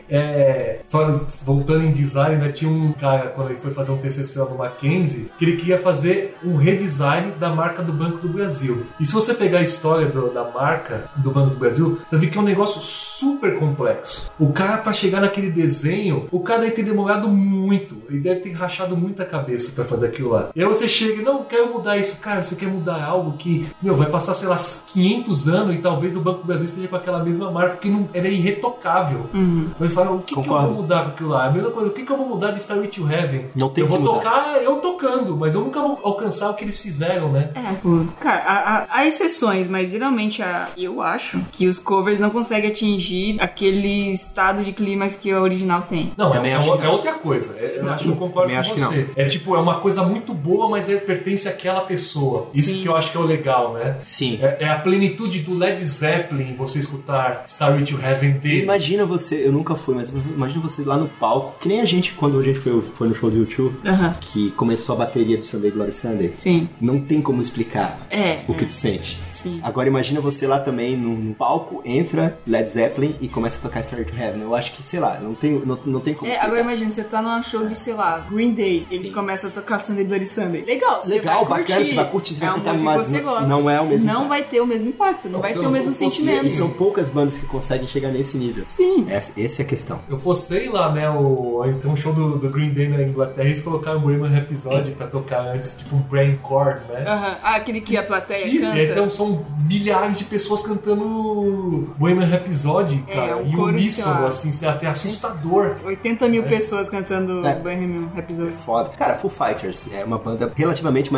[SPEAKER 3] voltando em design, né? Tinha um cara, quando ele foi fazer um TCC lá no Mackenzie, que ele queria fazer um redesign da marca do Banco do Brasil. E se você pegar a história da marca do Banco do Brasil, você vê que é um negócio super complexo. O cara, pra chegar naquele desenho, o cara deve ter demorado muito. Ele deve ter rachado muita cabeça pra fazer aquilo lá. E aí você chega e, não, quero mudar isso. Cara, você quer mudar algo que, vai passar, sei lá, 500 anos e talvez o Banco do Brasil esteja com aquela mesma marca, porque ela é irretocável. Você vai falar, o que eu vou mudar com aquilo lá? A mesma coisa, o que eu vou mudar de Starway to Heaven?
[SPEAKER 1] Não tem
[SPEAKER 3] eu vou
[SPEAKER 1] que mudar.
[SPEAKER 3] tocar, eu tocando, mas eu nunca vou alcançar o que eles fizeram, né?
[SPEAKER 2] Cara, há exceções, mas geralmente eu acho que os covers não conseguem atingir aquele estado de clímax que o original tem.
[SPEAKER 3] Não,
[SPEAKER 1] Também
[SPEAKER 3] é
[SPEAKER 1] acho que não.
[SPEAKER 3] outra coisa. Eu acho que eu concordo
[SPEAKER 1] Também
[SPEAKER 3] com
[SPEAKER 1] acho que
[SPEAKER 3] você. É tipo, é uma coisa muito boa, mas pertence àquela pessoa. Isso
[SPEAKER 2] Sim.
[SPEAKER 3] que eu acho que é o legal, né?
[SPEAKER 1] Sim.
[SPEAKER 3] É a plenitude do Led Zeppelin, você escutar Starway to Heaven deles.
[SPEAKER 1] Imagina você, eu nunca fui, mas imagina você lá no palco, que nem a gente quando a gente foi no show do YouTube, que começou a bateria do Sunday Bloody Sunday.
[SPEAKER 2] Sim.
[SPEAKER 1] Não tem como explicar o que tu sente.
[SPEAKER 2] Sim.
[SPEAKER 1] Agora imagina você lá também no palco, entra Led Zeppelin e começa a tocar Starway to Heaven. Eu acho que, sei lá, não tem como explicar.
[SPEAKER 2] Agora imagina, você tá num show de, sei lá, Green Day, eles começam a tocar Sunday Bloody Sunday. Legal, você
[SPEAKER 1] Legal,
[SPEAKER 2] vai
[SPEAKER 1] bacana,
[SPEAKER 2] curtir.
[SPEAKER 1] você vai curtir, você vai
[SPEAKER 2] uma
[SPEAKER 1] cantar,
[SPEAKER 2] música que
[SPEAKER 1] mas
[SPEAKER 2] você gosta.
[SPEAKER 1] não é o mesmo
[SPEAKER 2] Não
[SPEAKER 1] impacto.
[SPEAKER 2] vai ter o mesmo impacto, não vai ter o mesmo sentimento.
[SPEAKER 1] E são poucas bandas que conseguem chegar nesse nível.
[SPEAKER 2] Sim.
[SPEAKER 1] Essa é a questão.
[SPEAKER 3] Eu postei lá, né, tem um show do Green Day na Inglaterra, eles colocaram o Bohemian Rhapsody pra tocar antes, tipo um pré-encore, né?
[SPEAKER 2] Aquele que a plateia
[SPEAKER 3] Isso,
[SPEAKER 2] canta.
[SPEAKER 3] e aí então são milhares de pessoas cantando Bohemian Rhapsody, cara.
[SPEAKER 2] um
[SPEAKER 3] E
[SPEAKER 2] coro
[SPEAKER 3] uníssono,
[SPEAKER 2] de,
[SPEAKER 3] assim, é assustador.
[SPEAKER 2] 80 mil pessoas cantando Bohemian Rhapsody.
[SPEAKER 1] Foda. Cara, Foo Fighters é uma banda relativamente mais recente.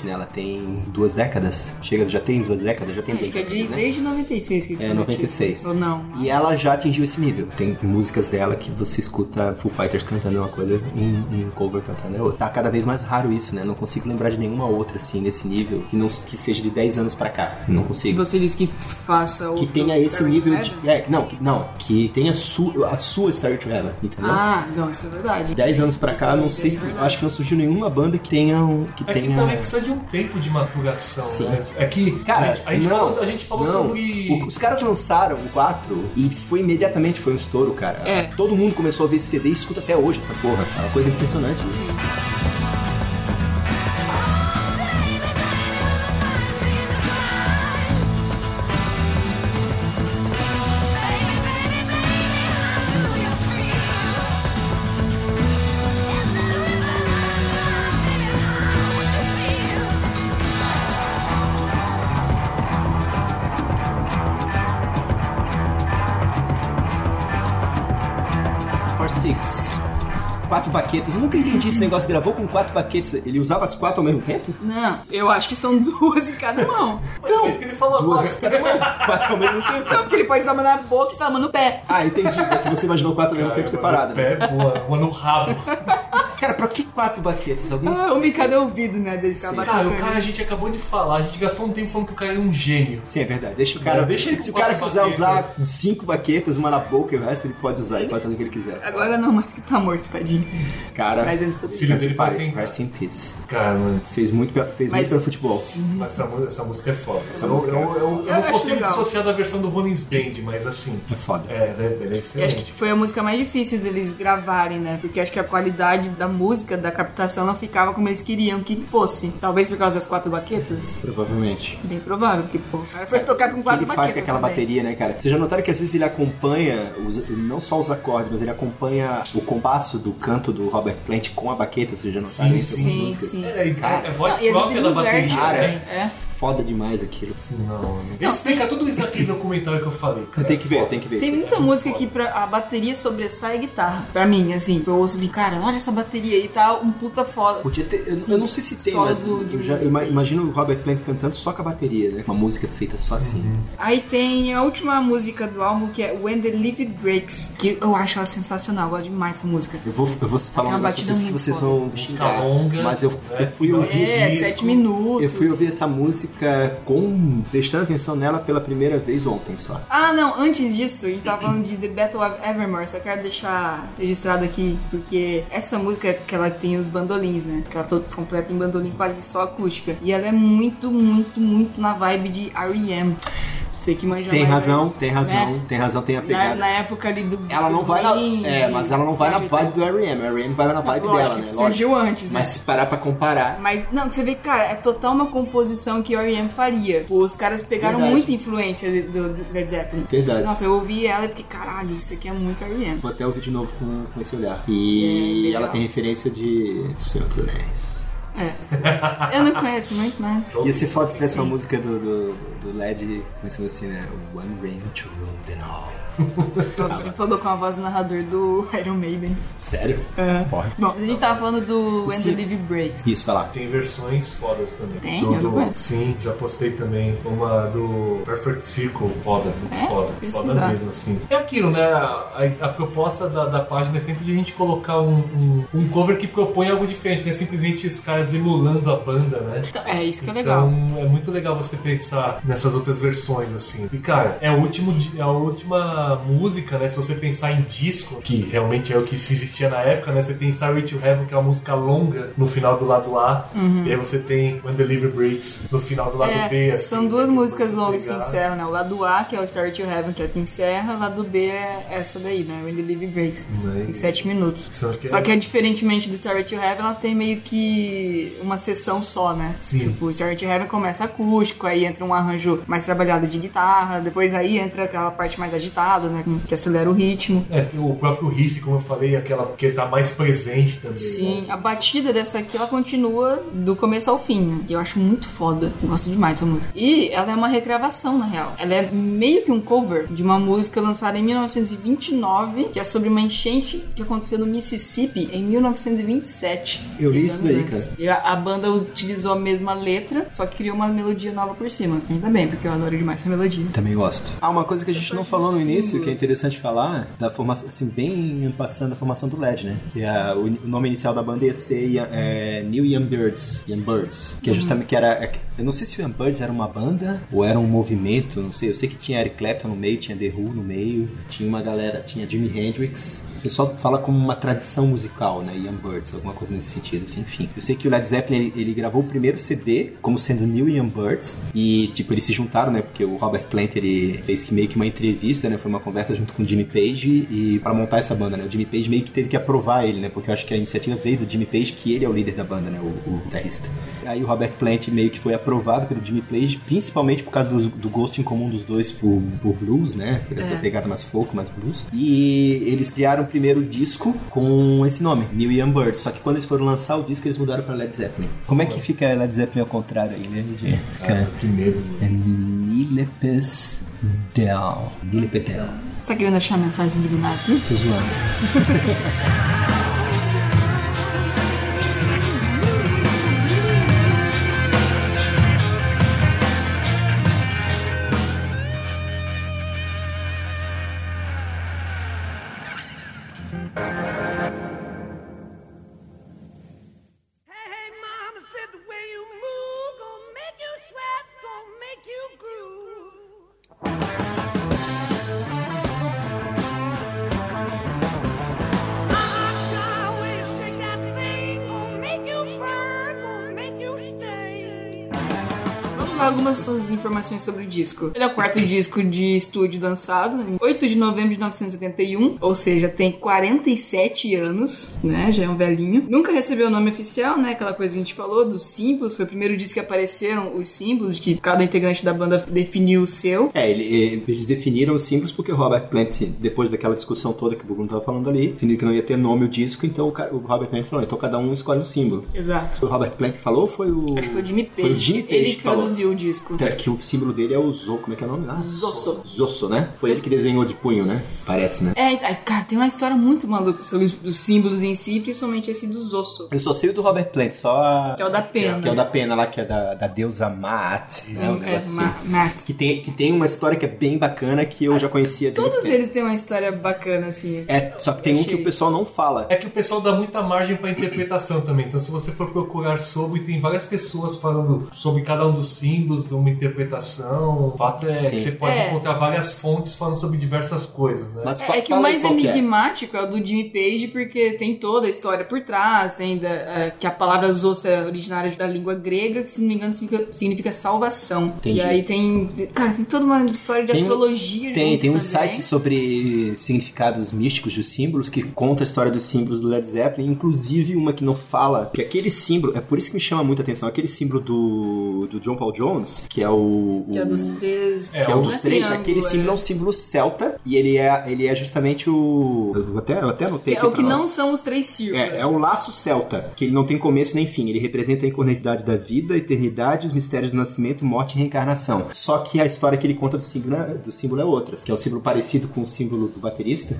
[SPEAKER 1] né? Ela tem 2 décadas. Já tem 2 décadas, já tem
[SPEAKER 2] Acho que é
[SPEAKER 1] décadas, né?
[SPEAKER 2] desde 96 que eles estão
[SPEAKER 1] 96.
[SPEAKER 2] aqui. Ou não?
[SPEAKER 1] E ela já atingiu esse nível. Tem músicas dela que você escuta Foo Fighters cantando uma coisa e um cover cantando é outra. Tá cada vez mais raro isso, né? Não consigo lembrar de nenhuma outra, assim, nesse nível, que seja de 10 anos pra cá. Não
[SPEAKER 2] E
[SPEAKER 1] consigo.
[SPEAKER 2] você disse que faça o
[SPEAKER 1] Que tenha esse nível de... que tenha a sua Starry to Heaven, entendeu?
[SPEAKER 2] Ah, não, isso é verdade.
[SPEAKER 1] 10 anos pra cá, não sei,
[SPEAKER 2] é verdade.
[SPEAKER 1] acho que não surgiu nenhuma banda que tenha
[SPEAKER 3] É que também precisa de um tempo de maturação,
[SPEAKER 1] Sim.
[SPEAKER 3] né? É que
[SPEAKER 1] Cara,
[SPEAKER 3] a gente falou sobre...
[SPEAKER 1] Os caras lançaram o 4 e imediatamente foi um estouro, cara.
[SPEAKER 2] É.
[SPEAKER 1] Todo mundo começou a ver esse CD e escuta até hoje essa porra. É uma coisa impressionante isso. Four Sticks. 4 baquetas. Eu nunca entendi esse negócio. Gravou com 4 baquetas. Ele usava as 4 ao mesmo tempo?
[SPEAKER 2] Não, eu acho que são 2 em cada mão.
[SPEAKER 3] Foi isso que ele falou
[SPEAKER 1] 2
[SPEAKER 3] agora.
[SPEAKER 1] em cada mão. 4 ao mesmo tempo.
[SPEAKER 2] Não, porque ele pode usar uma na boca e usar uma no pé.
[SPEAKER 1] Ah, entendi. Porque você imaginou 4 ao mesmo tempo separado, né?
[SPEAKER 3] Pé, uma no rabo.
[SPEAKER 1] Cara, pra que 4 baquetas? Alguém
[SPEAKER 2] Uma em cada ouvido, né? Dele ficar
[SPEAKER 1] Sim.
[SPEAKER 2] batendo.
[SPEAKER 3] Cara, o cara, a gente acabou de falar, a gente gastou um tempo falando que o cara é um gênio.
[SPEAKER 1] Sim, é verdade. Deixa o cara.
[SPEAKER 3] Deixa ele
[SPEAKER 1] se o
[SPEAKER 3] com
[SPEAKER 1] cara
[SPEAKER 3] 4
[SPEAKER 1] quiser usar
[SPEAKER 3] baquetas.
[SPEAKER 1] 5 baquetas, uma na boca e o resto ele pode usar. Ele pode fazer o que ele quiser.
[SPEAKER 2] Agora não, mais que tá morto, tadinho.
[SPEAKER 1] Cara,
[SPEAKER 2] Mas antes poderia.
[SPEAKER 3] Filho dele
[SPEAKER 1] faz.
[SPEAKER 3] foi tentar.
[SPEAKER 1] Rest in peace.
[SPEAKER 3] Cara, mano,
[SPEAKER 1] Fez muito
[SPEAKER 2] Mas-
[SPEAKER 1] pelo futebol.
[SPEAKER 3] mas essa música é foda.
[SPEAKER 1] Essa
[SPEAKER 3] eu
[SPEAKER 1] música é-
[SPEAKER 3] eu não
[SPEAKER 2] acho
[SPEAKER 3] consigo
[SPEAKER 2] legal.
[SPEAKER 3] dissociar da versão do Rollins Band, mas assim.
[SPEAKER 1] É foda.
[SPEAKER 3] Ela é
[SPEAKER 2] E acho
[SPEAKER 3] excelente.
[SPEAKER 2] que foi a música mais difícil deles gravarem, né? Porque acho que a qualidade da música, da captação, não ficava como eles queriam que fosse. Talvez por causa das 4 baquetas?
[SPEAKER 1] Provavelmente.
[SPEAKER 2] Bem provável, porque, pô, o cara foi tocar com
[SPEAKER 1] O que
[SPEAKER 2] 4
[SPEAKER 1] ele
[SPEAKER 2] baquetas
[SPEAKER 1] faz com aquela
[SPEAKER 2] também.
[SPEAKER 1] bateria, né, cara? Vocês já notaram que às vezes ele acompanha, não só os acordes, mas ele acompanha o compasso do canto do Robert Plant com a baqueta? Vocês já notaram
[SPEAKER 3] Sim,
[SPEAKER 1] isso? em
[SPEAKER 3] sim,
[SPEAKER 1] algumas
[SPEAKER 2] Sim,
[SPEAKER 1] músicas?
[SPEAKER 2] sim.
[SPEAKER 3] É voz
[SPEAKER 2] Não, e às vezes
[SPEAKER 3] própria
[SPEAKER 2] ele
[SPEAKER 3] da bateria.
[SPEAKER 2] inverte,
[SPEAKER 1] Cara,
[SPEAKER 3] né?
[SPEAKER 2] É.
[SPEAKER 1] Foda demais aquilo.
[SPEAKER 3] Sim, não. Ele explica tudo isso naquele documentário que eu falei.
[SPEAKER 1] Eu tenho que ver, tem que ver.
[SPEAKER 2] Tem
[SPEAKER 1] isso aí.
[SPEAKER 2] muita música que a bateria sobressai a guitarra. Pra mim, assim, eu ouço de cara, olha essa bateria aí, tá um puta foda.
[SPEAKER 1] Podia ter, eu não sei se tem,
[SPEAKER 2] Solo
[SPEAKER 1] mas
[SPEAKER 2] do-
[SPEAKER 1] eu imagino o Robert Plant cantando só com a bateria, né? Uma música feita só assim.
[SPEAKER 2] Aí tem a última música do álbum, que é When the Leaf Breaks, que eu acho ela sensacional, eu gosto demais dessa música.
[SPEAKER 1] Eu vou falar
[SPEAKER 2] Tem uma
[SPEAKER 1] um negócio pra
[SPEAKER 2] batida
[SPEAKER 1] vocês que
[SPEAKER 2] muito
[SPEAKER 1] vocês
[SPEAKER 2] foda.
[SPEAKER 1] vão
[SPEAKER 3] Música
[SPEAKER 1] xingar,
[SPEAKER 3] longa,
[SPEAKER 1] mas eu
[SPEAKER 3] né?
[SPEAKER 1] fui ouvir
[SPEAKER 2] É,
[SPEAKER 3] disco.
[SPEAKER 2] 7 minutos.
[SPEAKER 1] Eu fui ouvir essa música prestando atenção nela pela primeira vez ontem só.
[SPEAKER 2] Ah, não, antes disso, a gente tava falando de The Battle of Evermore, só quero deixar registrado aqui, porque essa música que ela tem os bandolins, né? Que ela toda completa em bandolim, quase que só acústica. E ela é muito, muito, muito na vibe de R.E.M. Você que manja
[SPEAKER 1] Tem
[SPEAKER 2] mais,
[SPEAKER 1] razão,
[SPEAKER 2] né?
[SPEAKER 1] tem razão,
[SPEAKER 2] Né?
[SPEAKER 1] tem razão, tem a pegada.
[SPEAKER 2] Na época ali do...
[SPEAKER 1] Ela não
[SPEAKER 2] do
[SPEAKER 1] vai na.
[SPEAKER 2] Green,
[SPEAKER 1] Mas ela não vai na
[SPEAKER 2] de-
[SPEAKER 1] vibe do R.E.M. A R.E.M. vai na vibe
[SPEAKER 2] Lógico,
[SPEAKER 1] dela, né?
[SPEAKER 2] surgiu antes, né?
[SPEAKER 1] Mas se parar pra comparar.
[SPEAKER 2] Mas, não, você vê que, cara, é total uma composição que o R.E.M. faria. Os caras pegaram
[SPEAKER 1] Verdade.
[SPEAKER 2] muita influência do Led Zeppelin.
[SPEAKER 1] Verdade.
[SPEAKER 2] Nossa, eu ouvi ela e fiquei, caralho, isso aqui é muito R.E.M.
[SPEAKER 1] Vou até ouvir de novo com esse olhar.
[SPEAKER 2] É,
[SPEAKER 1] E
[SPEAKER 2] legal.
[SPEAKER 1] ela tem referência de Senhor dos Anéis.
[SPEAKER 2] Eu não conheço muito, mas...
[SPEAKER 1] Ia ser foda se tivesse uma música do LED começando assim, né? One Ring to Rule them all.
[SPEAKER 2] Nossa, você falou com a voz do narrador do Iron Maiden.
[SPEAKER 1] Sério? Porra.
[SPEAKER 2] Bom, a gente tava falando do When the
[SPEAKER 1] Sim.
[SPEAKER 2] Leaf Breaks.
[SPEAKER 1] Isso, vai lá.
[SPEAKER 3] Tem versões fodas também.
[SPEAKER 2] Tem? Eu não conheço.
[SPEAKER 3] Sim, já postei também uma do Perfect Circle, foda, muito
[SPEAKER 2] É?
[SPEAKER 3] foda.
[SPEAKER 2] Pesquisar.
[SPEAKER 3] Foda mesmo, assim. É aquilo, né? A proposta da página é sempre de a gente colocar um cover que propõe algo diferente, não é simplesmente os caras emulando a banda, né?
[SPEAKER 2] Então, é isso que é legal.
[SPEAKER 3] Então é muito legal você pensar nessas outras versões, assim. E cara, é a última música, né? Se você pensar em disco, que realmente é o que se existia na época, né? Você tem Starry to Heaven, que é uma música longa no final do lado A. E aí você tem When the Leaf Breaks no final do lado B. Assim,
[SPEAKER 2] são duas
[SPEAKER 3] né?
[SPEAKER 2] músicas
[SPEAKER 3] Você
[SPEAKER 2] longas que
[SPEAKER 3] pegar-
[SPEAKER 2] encerram, né? O lado A, que é o Starry to Heaven, que é o que encerra. O lado B é essa daí, né? When the Leaf Breaks.
[SPEAKER 3] Né?
[SPEAKER 2] Em 7 minutos.
[SPEAKER 3] Só que
[SPEAKER 2] Diferentemente do Starry to Heaven, ela tem meio que uma sessão só, né?
[SPEAKER 3] Sim.
[SPEAKER 2] Tipo, o Starry to Heaven começa acústico, aí entra um arranjo mais trabalhado de guitarra, depois aí entra aquela parte mais agitada, acelerada, né? Que acelera o ritmo.
[SPEAKER 3] O próprio riff, como eu falei, aquela que tá mais presente também.
[SPEAKER 2] Sim,
[SPEAKER 3] né?
[SPEAKER 2] a batida dessa aqui, ela continua do começo ao fim, né? Eu acho muito foda. Eu gosto demais dessa música. E ela é uma regravação, na real. Ela é meio que um cover de uma música lançada em 1929, que é sobre uma enchente que aconteceu no Mississippi em 1927.
[SPEAKER 1] Eu li
[SPEAKER 2] 10
[SPEAKER 1] isso
[SPEAKER 2] anos
[SPEAKER 1] daí,
[SPEAKER 2] antes.
[SPEAKER 1] cara.
[SPEAKER 2] E a banda utilizou a mesma letra, só que criou uma melodia nova por cima. Ainda bem, porque eu adoro demais essa melodia.
[SPEAKER 1] Também gosto. Uma coisa que a gente não falou no início, que é interessante falar, da formação, assim, bem passando a formação do LED, né? Que o nome inicial da banda ia ser New Young Birds. Que é justamente, que era... Eu não sei se o Young Birds era uma banda ou era um movimento, não sei. Eu sei que tinha Eric Clapton no meio, tinha The Who no meio, tinha uma galera, tinha Jimi Hendrix. O pessoal fala como uma tradição musical, né? Young Birds, alguma coisa nesse sentido, assim, enfim. Eu sei que o Led Zeppelin, ele gravou o primeiro CD como sendo New Young Birds e, tipo, eles se juntaram, né? Porque o Robert Plant, ele fez meio que uma entrevista, né? Foi uma conversa junto com o Jimmy Page e para montar essa banda, né? O Jimmy Page meio que teve que aprovar ele, né? Porque eu acho que a iniciativa veio do Jimmy Page, que ele é o líder da banda, né? O guitarrista. Aí o Robert Plant meio que foi aprovado pelo Jimmy Page, principalmente por causa do gosto em comum dos dois por blues, né? Por essa pegada mais folk, mais blues. E eles criaram o primeiro disco com esse nome, New Young Birds. Só que quando eles foram lançar o disco, eles mudaram pra Led Zeppelin. Como é que fica Led Zeppelin ao contrário aí, né?
[SPEAKER 3] Que medo.
[SPEAKER 1] É Nilepes Del.
[SPEAKER 2] Você tá querendo achar a mensagem subliminar aqui?
[SPEAKER 1] Tô zoando.
[SPEAKER 5] Hey, mama said the way you move gonna make you sweat, gonna make you groove. The way you shake that thing gonna make you burn, gonna make you stay.
[SPEAKER 2] Vamos dar algumas informações sobre o disco. Ele é o quarto disco de estúdio lançado em 8 de novembro de 1971, ou seja, tem 47 anos, né? Já é um velhinho. Nunca recebeu o nome oficial, né? Aquela coisa que a gente falou dos símbolos. Foi o primeiro disco que apareceram os símbolos, que cada integrante da banda definiu o seu.
[SPEAKER 1] Eles definiram os símbolos porque o Robert Plant, depois daquela discussão toda que o Bruno tava falando ali, definiu que não ia ter nome o disco, então o Robert Plant falou, então cada um escolhe um símbolo.
[SPEAKER 2] Exato.
[SPEAKER 1] Foi o Robert Plant que falou ou foi o...
[SPEAKER 2] Acho que foi o Jimmy Page.
[SPEAKER 1] Foi o Jimmy Page
[SPEAKER 2] ele
[SPEAKER 1] que falou.
[SPEAKER 2] produziu o disco.
[SPEAKER 1] Que o símbolo dele é o Zo, como é que é o nome lá?
[SPEAKER 2] Zosso.
[SPEAKER 1] Zosso, né? Foi ele que desenhou de punho, né? Parece, né?
[SPEAKER 2] Cara, tem uma história muito maluca sobre os símbolos em si, principalmente esse do Zosso.
[SPEAKER 1] Eu só sei o do Robert Plant,
[SPEAKER 2] Que é o da pena.
[SPEAKER 1] Que é o da pena lá, que é da deusa Maat, né? Um negócio assim.
[SPEAKER 2] Matt.
[SPEAKER 1] Que tem uma história que é bem bacana, que eu já conhecia de muito
[SPEAKER 2] Todos
[SPEAKER 1] tempo.
[SPEAKER 2] eles têm uma história bacana, assim.
[SPEAKER 1] Só que tem um que o pessoal não fala.
[SPEAKER 3] É que o pessoal dá muita margem pra interpretação também. Então, se você for procurar sobre, tem várias pessoas falando sobre cada um dos símbolos, de uma interpretação. O fato é que você pode encontrar várias fontes falando sobre diversas coisas, né?
[SPEAKER 1] Mas
[SPEAKER 2] É que o
[SPEAKER 1] fala aí
[SPEAKER 2] mais
[SPEAKER 1] qual que é.
[SPEAKER 2] enigmático é o do Jimmy Page, porque tem toda a história por trás, tem que a palavra zosso é originária da língua grega, que se não me engano significa salvação.
[SPEAKER 1] Entendi.
[SPEAKER 2] E aí tem toda uma história de astrologia
[SPEAKER 1] Tem
[SPEAKER 2] junto
[SPEAKER 1] um
[SPEAKER 2] também.
[SPEAKER 1] site sobre significados místicos dos símbolos que conta a história dos símbolos do Led Zeppelin, inclusive uma que não fala, que aquele símbolo, é por isso que me chama muita atenção, aquele símbolo do John Paul Jones, que é o...
[SPEAKER 2] Que é dos três.
[SPEAKER 1] Que é um dos três,
[SPEAKER 2] triângulo,
[SPEAKER 1] aquele símbolo é um símbolo celta, e ele é justamente o... Eu até anotei
[SPEAKER 2] Que é
[SPEAKER 1] aqui
[SPEAKER 2] o que
[SPEAKER 1] pra-
[SPEAKER 2] não são os três círculos.
[SPEAKER 1] É o laço celta, que ele não tem começo nem fim. Ele representa a incontinuidade da vida, a eternidade, os mistérios do nascimento, morte e reencarnação. Só que a história que ele conta do símbolo é outra, que é um símbolo parecido com o símbolo do baterista.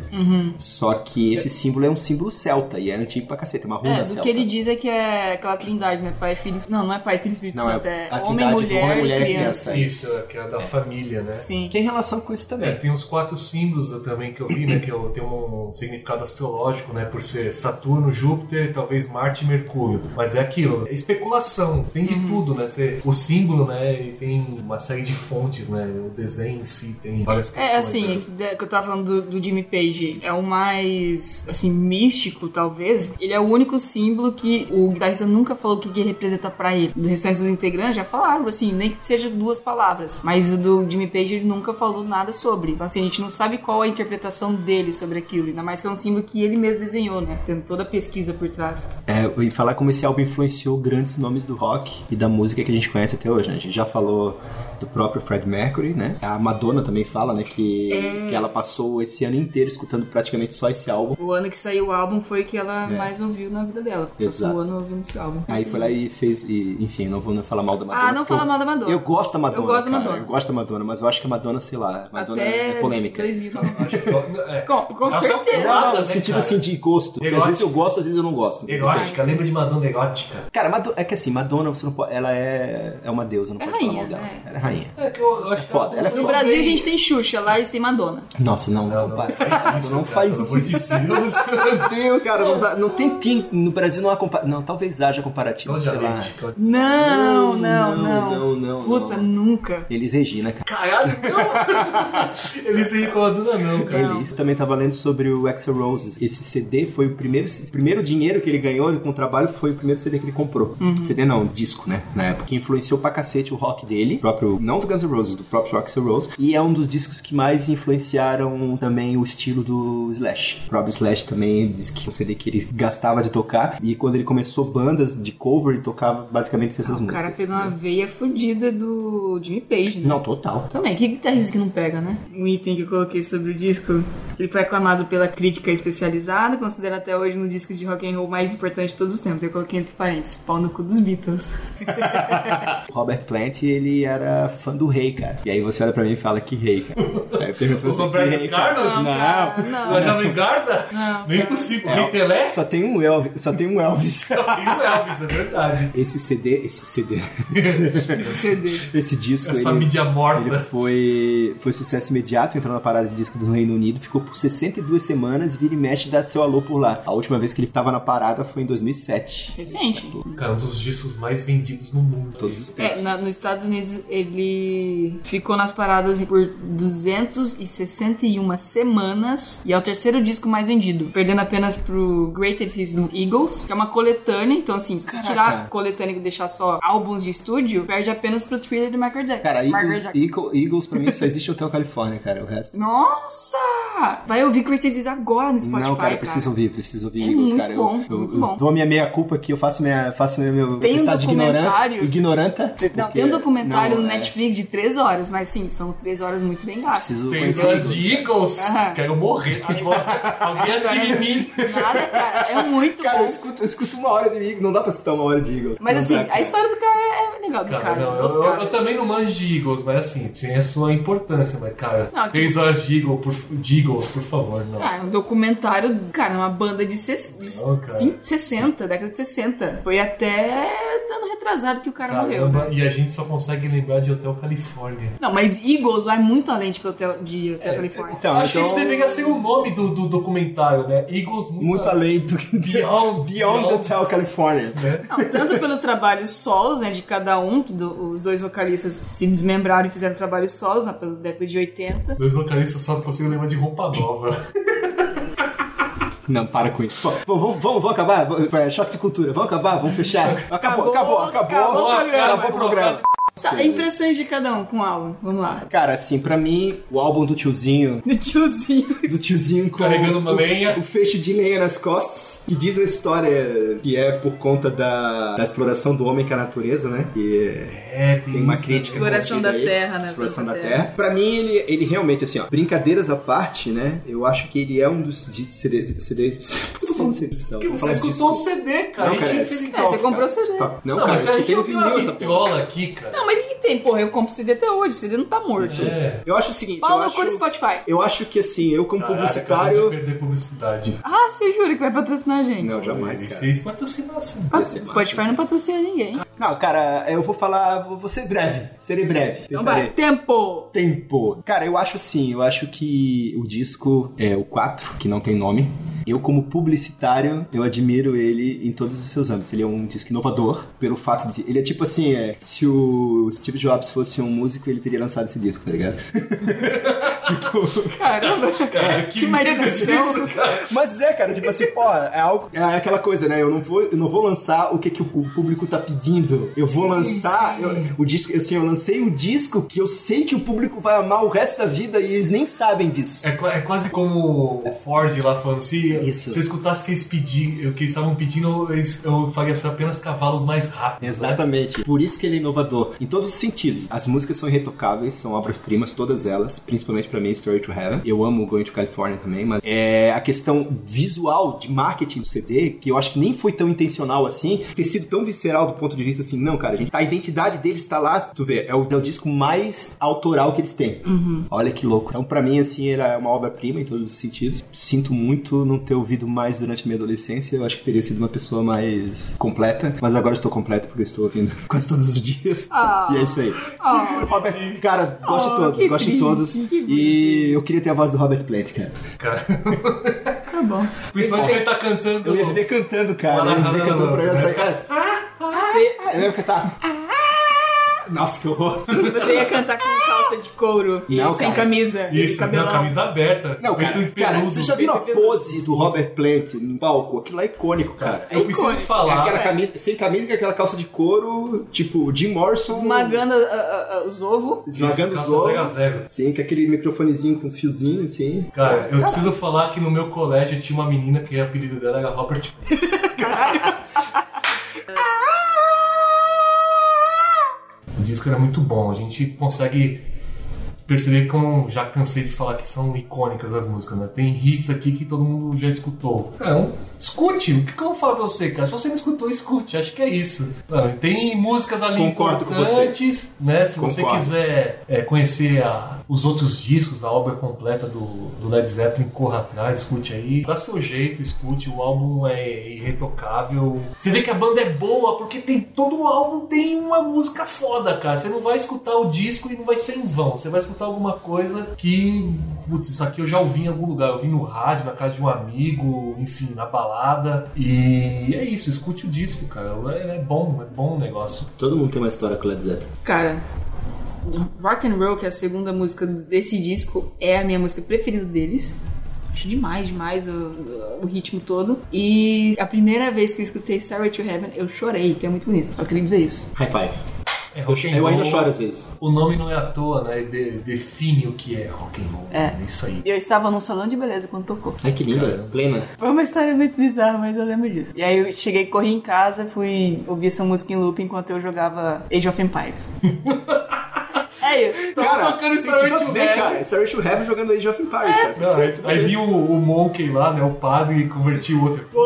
[SPEAKER 1] Só que esse símbolo é um símbolo celta, e é antigo pra cacete, é uma runa
[SPEAKER 2] Do
[SPEAKER 1] celta.
[SPEAKER 2] que ele diz é que é aquela trindade, né? Pai, filho... Não é pai, filho e Espírito
[SPEAKER 1] Não,
[SPEAKER 2] Santo.
[SPEAKER 1] é
[SPEAKER 2] É
[SPEAKER 1] a
[SPEAKER 2] homem,
[SPEAKER 1] trindade,
[SPEAKER 2] mulher,
[SPEAKER 1] homem, mulher
[SPEAKER 2] e
[SPEAKER 1] e
[SPEAKER 2] criança.
[SPEAKER 1] criança.
[SPEAKER 3] Isso, que é da família, né?
[SPEAKER 2] Sim.
[SPEAKER 1] Tem relação com isso também.
[SPEAKER 3] Tem uns 4 símbolos também que eu vi, né? Que tem um significado astrológico, né? Por ser Saturno, Júpiter, talvez Marte e Mercúrio. Mas é aquilo, é especulação, tem de tudo, né? O símbolo, né? Ele tem uma série de fontes, né? O desenho em si tem várias questões.
[SPEAKER 2] Assim,
[SPEAKER 3] né?
[SPEAKER 2] que eu tava falando do Jimmy Page, é o mais, assim, místico, talvez. Ele é o único símbolo que o guitarrista nunca falou o que representa pra ele. Os restantes dos integrantes já falaram, assim, assim, nem que seja 2 palavras. Mas o do Jimmy Page, ele nunca falou nada sobre. Então, assim, a gente não sabe qual a interpretação dele sobre aquilo. Ainda mais que é um símbolo que ele mesmo desenhou, né? Tendo toda a pesquisa por trás.
[SPEAKER 1] E falar como esse álbum influenciou grandes nomes do rock e da música que a gente conhece até hoje, né? A gente já falou do próprio Freddie Mercury, né? A Madonna também fala, né? Que ela passou esse ano inteiro escutando praticamente só esse álbum.
[SPEAKER 2] O ano que saiu o álbum foi o que ela mais ouviu na vida dela.
[SPEAKER 1] Exato.
[SPEAKER 2] Passou o ano ouvindo esse álbum.
[SPEAKER 1] Aí foi lá e fez... enfim, não vou falar mal da Madonna.
[SPEAKER 2] Não fala mal da Madonna.
[SPEAKER 1] Eu gosto da Madonna,
[SPEAKER 2] Eu gosto da
[SPEAKER 1] cara.
[SPEAKER 2] Madonna.
[SPEAKER 1] Eu gosto da Madonna, mas eu acho que a Madonna, sei lá... Madonna
[SPEAKER 2] Até
[SPEAKER 1] é polêmica.
[SPEAKER 2] 2009. Com
[SPEAKER 3] Ela só
[SPEAKER 2] certeza.
[SPEAKER 3] pulava,
[SPEAKER 1] Não,
[SPEAKER 3] né,
[SPEAKER 1] no sentido
[SPEAKER 3] cara?
[SPEAKER 1] assim de gosto. Porque às vezes eu gosto, às vezes eu não gosto.
[SPEAKER 3] Erótica, lembra de Madonna erótica?
[SPEAKER 1] Cara, é que assim, Madonna, você não pode... Ela é uma deusa, não
[SPEAKER 2] É
[SPEAKER 1] pode falar
[SPEAKER 2] rainha,
[SPEAKER 1] mal dela.
[SPEAKER 2] né?
[SPEAKER 1] Ela é rainha.
[SPEAKER 3] É que eu acho que
[SPEAKER 1] foda, ela é
[SPEAKER 2] No
[SPEAKER 1] foda.
[SPEAKER 2] Brasil a gente tem Xuxa, lá eles têm Madonna.
[SPEAKER 1] Nossa, não compara. Não faz
[SPEAKER 3] Pelo amor de
[SPEAKER 1] isso.
[SPEAKER 3] Deus.
[SPEAKER 1] Meu, cara, não tem quem... No Brasil não há comparação. Não, talvez haja comparativo, sei lá.
[SPEAKER 2] Não.
[SPEAKER 1] Não.
[SPEAKER 2] Puta, nunca.
[SPEAKER 1] Elis Regina, cara.
[SPEAKER 3] Caralho, não! Eles aí com a Madonna não, cara.
[SPEAKER 1] Elis também tava lendo sobre o Axl Rose. Esse CD foi o primeiro dinheiro que ele ganhou com o trabalho, foi o primeiro CD que ele comprou. CD não, disco, né? Na época. Que influenciou pra cacete o rock dele. Próprio, não do Guns N' Roses, do próprio Axl Rose. E é um dos discos que mais influenciaram também o estilo do Slash. O próprio Slash também diz que é um CD que ele gastava de tocar. E quando ele começou bandas de cover, ele tocava basicamente essas músicas.
[SPEAKER 2] O cara pegou uma veia fodida do Jimmy Page, né?
[SPEAKER 1] Não, total.
[SPEAKER 2] Também, que guitarrista que não pega, né? Um item que eu coloquei sobre o disco, ele foi aclamado pela crítica especializada, considerado até hoje no disco de rock and roll mais importante de todos os tempos. Eu coloquei entre parênteses, pau no cu dos Beatles.
[SPEAKER 1] O Robert Plant, ele era fã do Rei, cara. E aí você olha pra mim e fala, que Rei, cara? Aí eu pergunto pra
[SPEAKER 3] O
[SPEAKER 1] você, que
[SPEAKER 3] Roberto
[SPEAKER 1] Rei, cara?
[SPEAKER 3] Carlos?
[SPEAKER 1] Não.
[SPEAKER 3] Da Jovem Guarda?
[SPEAKER 2] Não,
[SPEAKER 3] Não é impossível. Rei Telé?
[SPEAKER 1] Só tem um Elvis.
[SPEAKER 3] Tem o Elvis, é verdade.
[SPEAKER 1] Esse CD,
[SPEAKER 2] CD.
[SPEAKER 1] esse disco,
[SPEAKER 3] Essa
[SPEAKER 1] ele
[SPEAKER 3] mídia morta.
[SPEAKER 1] foi sucesso imediato, entrou na parada de disco do Reino Unido, ficou por 62 semanas e vira e mexe dá seu alô por lá. A última vez que ele tava na parada foi em 2007.
[SPEAKER 2] Recente.
[SPEAKER 3] Cara, um dos discos mais vendidos no mundo.
[SPEAKER 1] Todos os tempos.
[SPEAKER 2] Nos Estados Unidos ele ficou nas paradas por 261 semanas e é o terceiro disco mais vendido, perdendo apenas pro Greatest Hits do Eagles, que é uma coletânea. Então, assim, se
[SPEAKER 1] Caraca.
[SPEAKER 2] tirar a coletânea e deixar só álbuns de estúdio, perde apenas pro Thriller de Michael Jackson.
[SPEAKER 1] Cara,
[SPEAKER 2] Michael Jackson.
[SPEAKER 1] Eagles pra mim só existe Hotel California, cara. O resto...
[SPEAKER 2] Nossa! Vai ouvir Greatest Hits agora no Spotify,
[SPEAKER 1] Não, cara, eu preciso ouvir
[SPEAKER 2] É
[SPEAKER 1] Eagles,
[SPEAKER 2] muito
[SPEAKER 1] cara.
[SPEAKER 2] bom,
[SPEAKER 1] Eu
[SPEAKER 2] muito bom.
[SPEAKER 1] dou a minha culpa aqui, eu faço meu
[SPEAKER 2] Tem um
[SPEAKER 1] estado de
[SPEAKER 2] documentário.
[SPEAKER 1] ignoranta.
[SPEAKER 2] Não,
[SPEAKER 1] porque-
[SPEAKER 2] tem um documentário
[SPEAKER 1] não,
[SPEAKER 2] no Netflix de 3 horas, mas sim, são 3 horas muito bem gastas.
[SPEAKER 1] Preciso
[SPEAKER 3] Tem
[SPEAKER 1] conhecer
[SPEAKER 3] horas
[SPEAKER 1] Eagles.
[SPEAKER 3] de Eagles.
[SPEAKER 2] Aham.
[SPEAKER 3] Quero morrer agora. Alguém atire em mim.
[SPEAKER 2] Nada, cara, é muito
[SPEAKER 1] Cara,
[SPEAKER 2] bom.
[SPEAKER 1] eu escuto 1 hora de Eagles, não dá pra escutar 1 hora de Eagles.
[SPEAKER 2] Mas
[SPEAKER 1] Não
[SPEAKER 2] assim,
[SPEAKER 1] dá, cara.
[SPEAKER 2] a história do cara é legal, do
[SPEAKER 3] Cara,
[SPEAKER 2] cara,
[SPEAKER 3] não,
[SPEAKER 2] dos
[SPEAKER 3] eu
[SPEAKER 2] caras.
[SPEAKER 3] também não manjo de Eagles, mas assim, tem a sua importância, mas cara,
[SPEAKER 2] Não,
[SPEAKER 3] 3 horas de Eagles, por favor, não.
[SPEAKER 2] Ah, um documentário, cara, uma banda de
[SPEAKER 3] Não, cara.
[SPEAKER 2] 60, década de 60. Foi até ano retrasado que o cara morreu,
[SPEAKER 3] Caramba,
[SPEAKER 2] né?
[SPEAKER 3] e a gente só consegue lembrar de Hotel Califórnia.
[SPEAKER 2] Não, mas Eagles vai muito além de Hotel California.
[SPEAKER 1] Então,
[SPEAKER 3] Acho que esse deveria ser o nome do documentário, né? Eagles
[SPEAKER 1] muito além do Beyond Hotel California.
[SPEAKER 3] né?
[SPEAKER 2] Não, tanto pelos trabalhos solos, né, de cada um, que os dois vocalistas se desmembraram e fizeram trabalhos solos, né, pela década de 80.
[SPEAKER 3] Dois vocalistas só consigo lembrar de Roupa Nova.
[SPEAKER 1] Não, para com isso. Pô, vamos acabar? Choque de cultura. Vamos acabar? Vamos fechar? Acabou o programa.
[SPEAKER 2] Tá, impressões de cada um com o álbum, vamos lá.
[SPEAKER 1] Cara, assim, pra mim, o álbum do tiozinho
[SPEAKER 2] Do tiozinho.
[SPEAKER 1] com
[SPEAKER 3] Carregando uma lenha.
[SPEAKER 1] o feixe de lenha nas costas, que diz a história que é por conta da exploração do homem com a natureza, né? Que tem uma crítica.
[SPEAKER 2] Exploração da
[SPEAKER 1] contida aí.
[SPEAKER 2] terra, né?
[SPEAKER 1] Exploração da
[SPEAKER 2] Planeta
[SPEAKER 1] terra. Pra mim, ele realmente, assim, ó, brincadeiras à parte, né? Eu acho que ele é um dos CDs.
[SPEAKER 3] Porque você escutou um CD, cara.
[SPEAKER 1] Não,
[SPEAKER 3] A
[SPEAKER 1] cara,
[SPEAKER 3] gente
[SPEAKER 1] é
[SPEAKER 3] fez
[SPEAKER 1] desktop,
[SPEAKER 2] você comprou
[SPEAKER 1] cara,
[SPEAKER 2] CD.
[SPEAKER 1] desktop. Não,
[SPEAKER 3] Não,
[SPEAKER 1] cara,
[SPEAKER 3] mas
[SPEAKER 1] eu
[SPEAKER 3] a gente
[SPEAKER 1] escutei no
[SPEAKER 3] não tem uma
[SPEAKER 1] vinil essa porra.
[SPEAKER 3] vitrola aqui, cara.
[SPEAKER 2] Não, mas o que tem? Porra, eu compro CD até hoje, CD não tá morto.
[SPEAKER 3] É.
[SPEAKER 1] Eu acho o seguinte,
[SPEAKER 2] Pau
[SPEAKER 1] eu
[SPEAKER 2] no cu do
[SPEAKER 1] acho,
[SPEAKER 2] Spotify.
[SPEAKER 1] eu acho que assim, eu como
[SPEAKER 3] Caraca, acabou
[SPEAKER 1] publicitário...
[SPEAKER 3] de perder publicidade.
[SPEAKER 2] Ah, você jura que vai patrocinar a gente?
[SPEAKER 1] Não, jamais,
[SPEAKER 3] E
[SPEAKER 1] cara.
[SPEAKER 3] vocês patrocinassem.
[SPEAKER 2] Ah,
[SPEAKER 1] ia ser
[SPEAKER 2] Spotify
[SPEAKER 1] massa.
[SPEAKER 2] não patrocina ninguém.
[SPEAKER 1] Não, cara, eu vou falar, vou ser breve, serei breve.
[SPEAKER 2] Então vai, tempo!
[SPEAKER 1] Tempo. Cara, eu acho assim, eu acho que o disco é o 4, que não tem nome. Eu, como publicitário, eu admiro ele em todos os seus âmbitos. Ele é um disco inovador, pelo fato de... Ele é tipo assim, se o Steve Jobs fosse um músico, ele teria lançado esse disco, tá ligado?
[SPEAKER 2] Caramba,
[SPEAKER 3] Cara,
[SPEAKER 2] que imaginação.
[SPEAKER 3] isso, cara.
[SPEAKER 1] Mas cara, tipo assim, pô, é aquela coisa, né? Eu não vou lançar o que o público tá pedindo. Eu vou lançar o disco, assim, eu lancei o disco que eu sei que o público vai amar o resto da vida e eles nem sabem disso.
[SPEAKER 3] É quase como o Ford lá falando, se eu escutasse o que eles estavam pedindo, eu faria apenas cavalos mais rápidos.
[SPEAKER 1] Exatamente. Né? Por isso que ele é inovador. Em todos os sentidos. As músicas são irretocáveis, são obras-primas, todas elas, principalmente pra mim, Story to Heaven. Eu amo Going to California também, mas a questão visual de marketing do CD, que eu acho que nem foi tão intencional assim, ter sido tão visceral do ponto de vista assim, não, cara, a identidade deles tá lá, tu vê, é o disco mais autoral que eles têm. Olha que louco. Então, pra mim, assim, era uma obra-prima em todos os sentidos. Sinto muito não ter ouvido mais durante a minha adolescência. Eu acho que teria sido uma pessoa mais completa, mas agora estou completo porque eu estou ouvindo quase todos os dias. E é isso aí. Robert, cara, gosto de todos. E eu queria ter a voz do Robert Plant, cara.
[SPEAKER 2] Tá bom.
[SPEAKER 3] Principalmente que ele tá cantando.
[SPEAKER 1] Eu ia ver cantando, cara. Eu ia ver cantando pra ela sair, cara. Eu ia cantar. Nossa, que horror.
[SPEAKER 2] Você ia cantar com calça de couro e
[SPEAKER 1] Não,
[SPEAKER 2] sem
[SPEAKER 1] cara,
[SPEAKER 2] camisa e
[SPEAKER 3] Isso,
[SPEAKER 2] cabelão.
[SPEAKER 3] não, camisa aberta.
[SPEAKER 1] Não, cara, você já viu a pose do Robert Plant no palco? Aquilo lá é icônico, cara.
[SPEAKER 3] Eu preciso
[SPEAKER 2] icônico.
[SPEAKER 3] falar.
[SPEAKER 1] Aquela camisa, sem camisa, com aquela calça de couro, tipo Jim Morrison.
[SPEAKER 2] Esmagando os ovos.
[SPEAKER 1] Esmagando os
[SPEAKER 3] calça
[SPEAKER 1] ovos.
[SPEAKER 3] 0 a 0.
[SPEAKER 1] Sim, com aquele microfonezinho com fiozinho, assim.
[SPEAKER 3] Cara, eu preciso falar que no meu colégio tinha uma menina que o apelido dela era Robert. O disco era muito bom, a gente consegue perceber como já cansei de falar que são icônicas as músicas, né? Tem hits aqui que todo mundo já escutou. Escute, o que eu vou falar pra você, cara? Se você não escutou, escute, acho que é isso. Tem músicas ali
[SPEAKER 1] Concordo
[SPEAKER 3] importantes, né? Se você
[SPEAKER 1] Concordo.
[SPEAKER 3] quiser conhecer os outros discos, a obra completa do Led Zeppelin, corra atrás, escute aí. Dá seu jeito, escute, o álbum é irretocável. Você vê que a banda é boa, porque todo o álbum tem uma música foda, cara. Você não vai escutar o disco e não vai ser em vão. Você vai escutar alguma coisa que, putz, isso aqui eu já ouvi em algum lugar. Eu ouvi no rádio, na casa de um amigo, enfim, na balada. E é isso, escute o disco, cara. É bom o negócio.
[SPEAKER 1] Todo mundo tem uma história com Led Zeppelin.
[SPEAKER 2] Cara, Rock and Roll, que é a segunda música desse disco, é a minha música preferida deles. Acho demais o ritmo todo. E a primeira vez que eu escutei Stairway to Heaven, eu chorei, que é muito bonito. Só queria dizer isso.
[SPEAKER 1] High five.
[SPEAKER 3] Rock and
[SPEAKER 1] Eu ainda
[SPEAKER 3] roll,
[SPEAKER 1] choro às vezes.
[SPEAKER 3] O nome não é à toa, né? Ele define o que é rock and roll. É isso aí.
[SPEAKER 2] Eu estava num salão de beleza quando tocou.
[SPEAKER 1] Ai, que linda. Plena.
[SPEAKER 2] Foi uma história muito bizarra, mas eu lembro disso. E aí eu cheguei, corri em casa, fui ouvir essa música em loop enquanto eu jogava Age of Empires. É isso.
[SPEAKER 3] Cara, tocando Stairway to Heaven.
[SPEAKER 1] Cara, Stairway to Heaven jogando Age of Empires, cara.
[SPEAKER 3] Não, aí vi o Monkey lá, né? O padre, e converti o outro.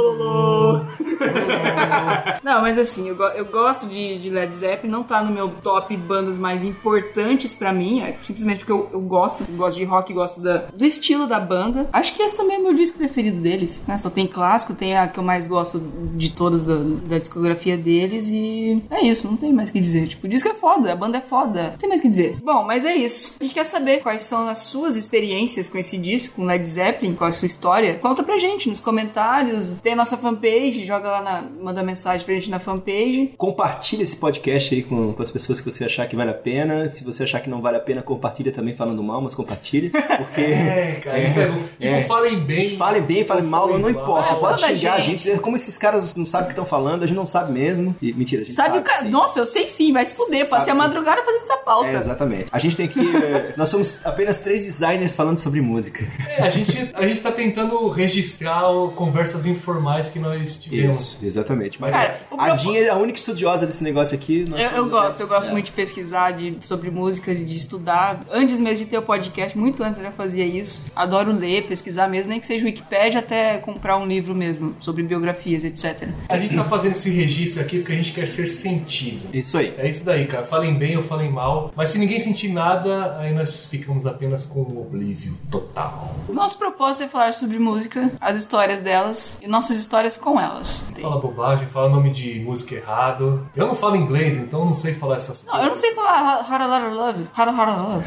[SPEAKER 2] Não, mas assim, eu gosto de Led Zeppelin, não tá no meu top bandas mais importantes pra mim, simplesmente porque eu gosto de rock, gosto do estilo da banda. Acho que esse também é meu disco preferido deles, né? Só tem clássico, tem a que eu mais gosto de todas da discografia deles e é isso, não tem mais o que dizer. Tipo, o disco é foda, a banda é foda, não tem mais o que dizer. Bom, mas é isso. A gente quer saber quais são as suas experiências com esse disco, com Led Zeppelin, qual é a sua história. Conta pra gente nos comentários, tem a nossa fanpage, joga lá manda mensagem pra gente na fanpage.
[SPEAKER 1] Compartilha esse podcast aí com as pessoas que você achar que vale a pena. Se você achar que não vale a pena, compartilha também falando mal, mas compartilha. Porque...
[SPEAKER 3] cara, isso é bom. Tipo, falem bem.
[SPEAKER 1] Falem bem, falem mal, não importa. Pode
[SPEAKER 2] manda
[SPEAKER 1] xingar a gente. Como esses caras não sabem o que estão falando, a gente não sabe mesmo. E, mentira, a gente
[SPEAKER 2] sabe o cara?
[SPEAKER 1] sim.
[SPEAKER 2] Nossa, eu sei sim, vai se fuder. Passei a madrugada fazendo essa pauta.
[SPEAKER 1] Exatamente. A gente tem que... nós somos apenas 3 designers falando sobre música.
[SPEAKER 3] A gente tá tentando registrar conversas informais que nós tivemos.
[SPEAKER 1] Isso, exatamente. Mas
[SPEAKER 2] cara,
[SPEAKER 1] a Dinha é a única estudiosa desse negócio aqui.
[SPEAKER 2] Eu gosto muito de pesquisar sobre música, de estudar. Antes mesmo de ter o podcast, muito antes eu já fazia isso. Adoro ler, pesquisar mesmo, nem que seja Wikipédia, até comprar um livro mesmo, sobre biografias, etc.
[SPEAKER 3] A gente tá fazendo esse registro aqui porque a gente quer ser sentido.
[SPEAKER 1] Isso aí.
[SPEAKER 3] É isso daí, cara. Falem bem ou falem mal. Mas se ninguém sentir nada, aí nós ficamos apenas com o oblívio total.
[SPEAKER 2] O nosso propósito é falar sobre música, as histórias delas e nossas histórias com elas.
[SPEAKER 3] Fala bobagem, fala nome de música errado. Eu não falo inglês, então não sei falar essas coisas.
[SPEAKER 2] Não, eu não sei falar How to Love. How to Love.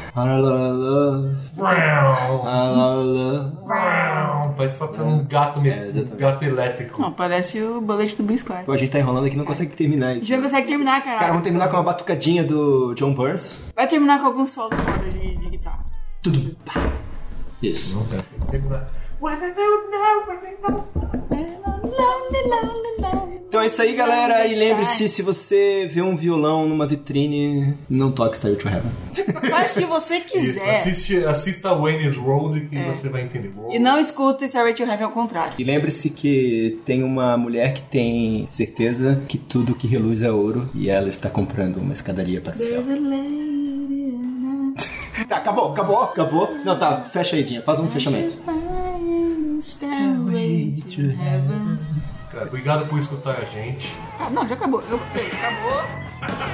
[SPEAKER 3] Parece um gato, um gato elétrico.
[SPEAKER 2] Não, parece o Bullet do Biscard.
[SPEAKER 1] Pô, a gente tá enrolando aqui e não consegue terminar isso.
[SPEAKER 2] Já não consegue terminar, caralho.
[SPEAKER 1] Cara, vamos terminar com uma batucadinha do John Burns.
[SPEAKER 2] Vai terminar com alguns solos foda de guitarra.
[SPEAKER 1] Tudo. Pá. Isso.
[SPEAKER 3] Não, cara, tem que terminar.
[SPEAKER 1] Então é isso aí, galera. E lembre-se, se você vê um violão numa vitrine, não toque Stairway to Heaven.
[SPEAKER 2] Faz o que você
[SPEAKER 3] Isso,
[SPEAKER 2] quiser.
[SPEAKER 3] assista Wayne's Road que você vai entender.
[SPEAKER 2] E não escuta Stairway to Heaven ao contrário.
[SPEAKER 1] E lembre-se que tem uma mulher que tem certeza que tudo que reluz é ouro e ela está comprando uma escadaria para o céu. Tá, acabou. Não, tá, fecha aí, Dinha. Faz um fechamento.
[SPEAKER 2] Stairway to Heaven.
[SPEAKER 3] Cara, obrigado por escutar a gente.
[SPEAKER 2] Ah, não, já acabou. Acabou.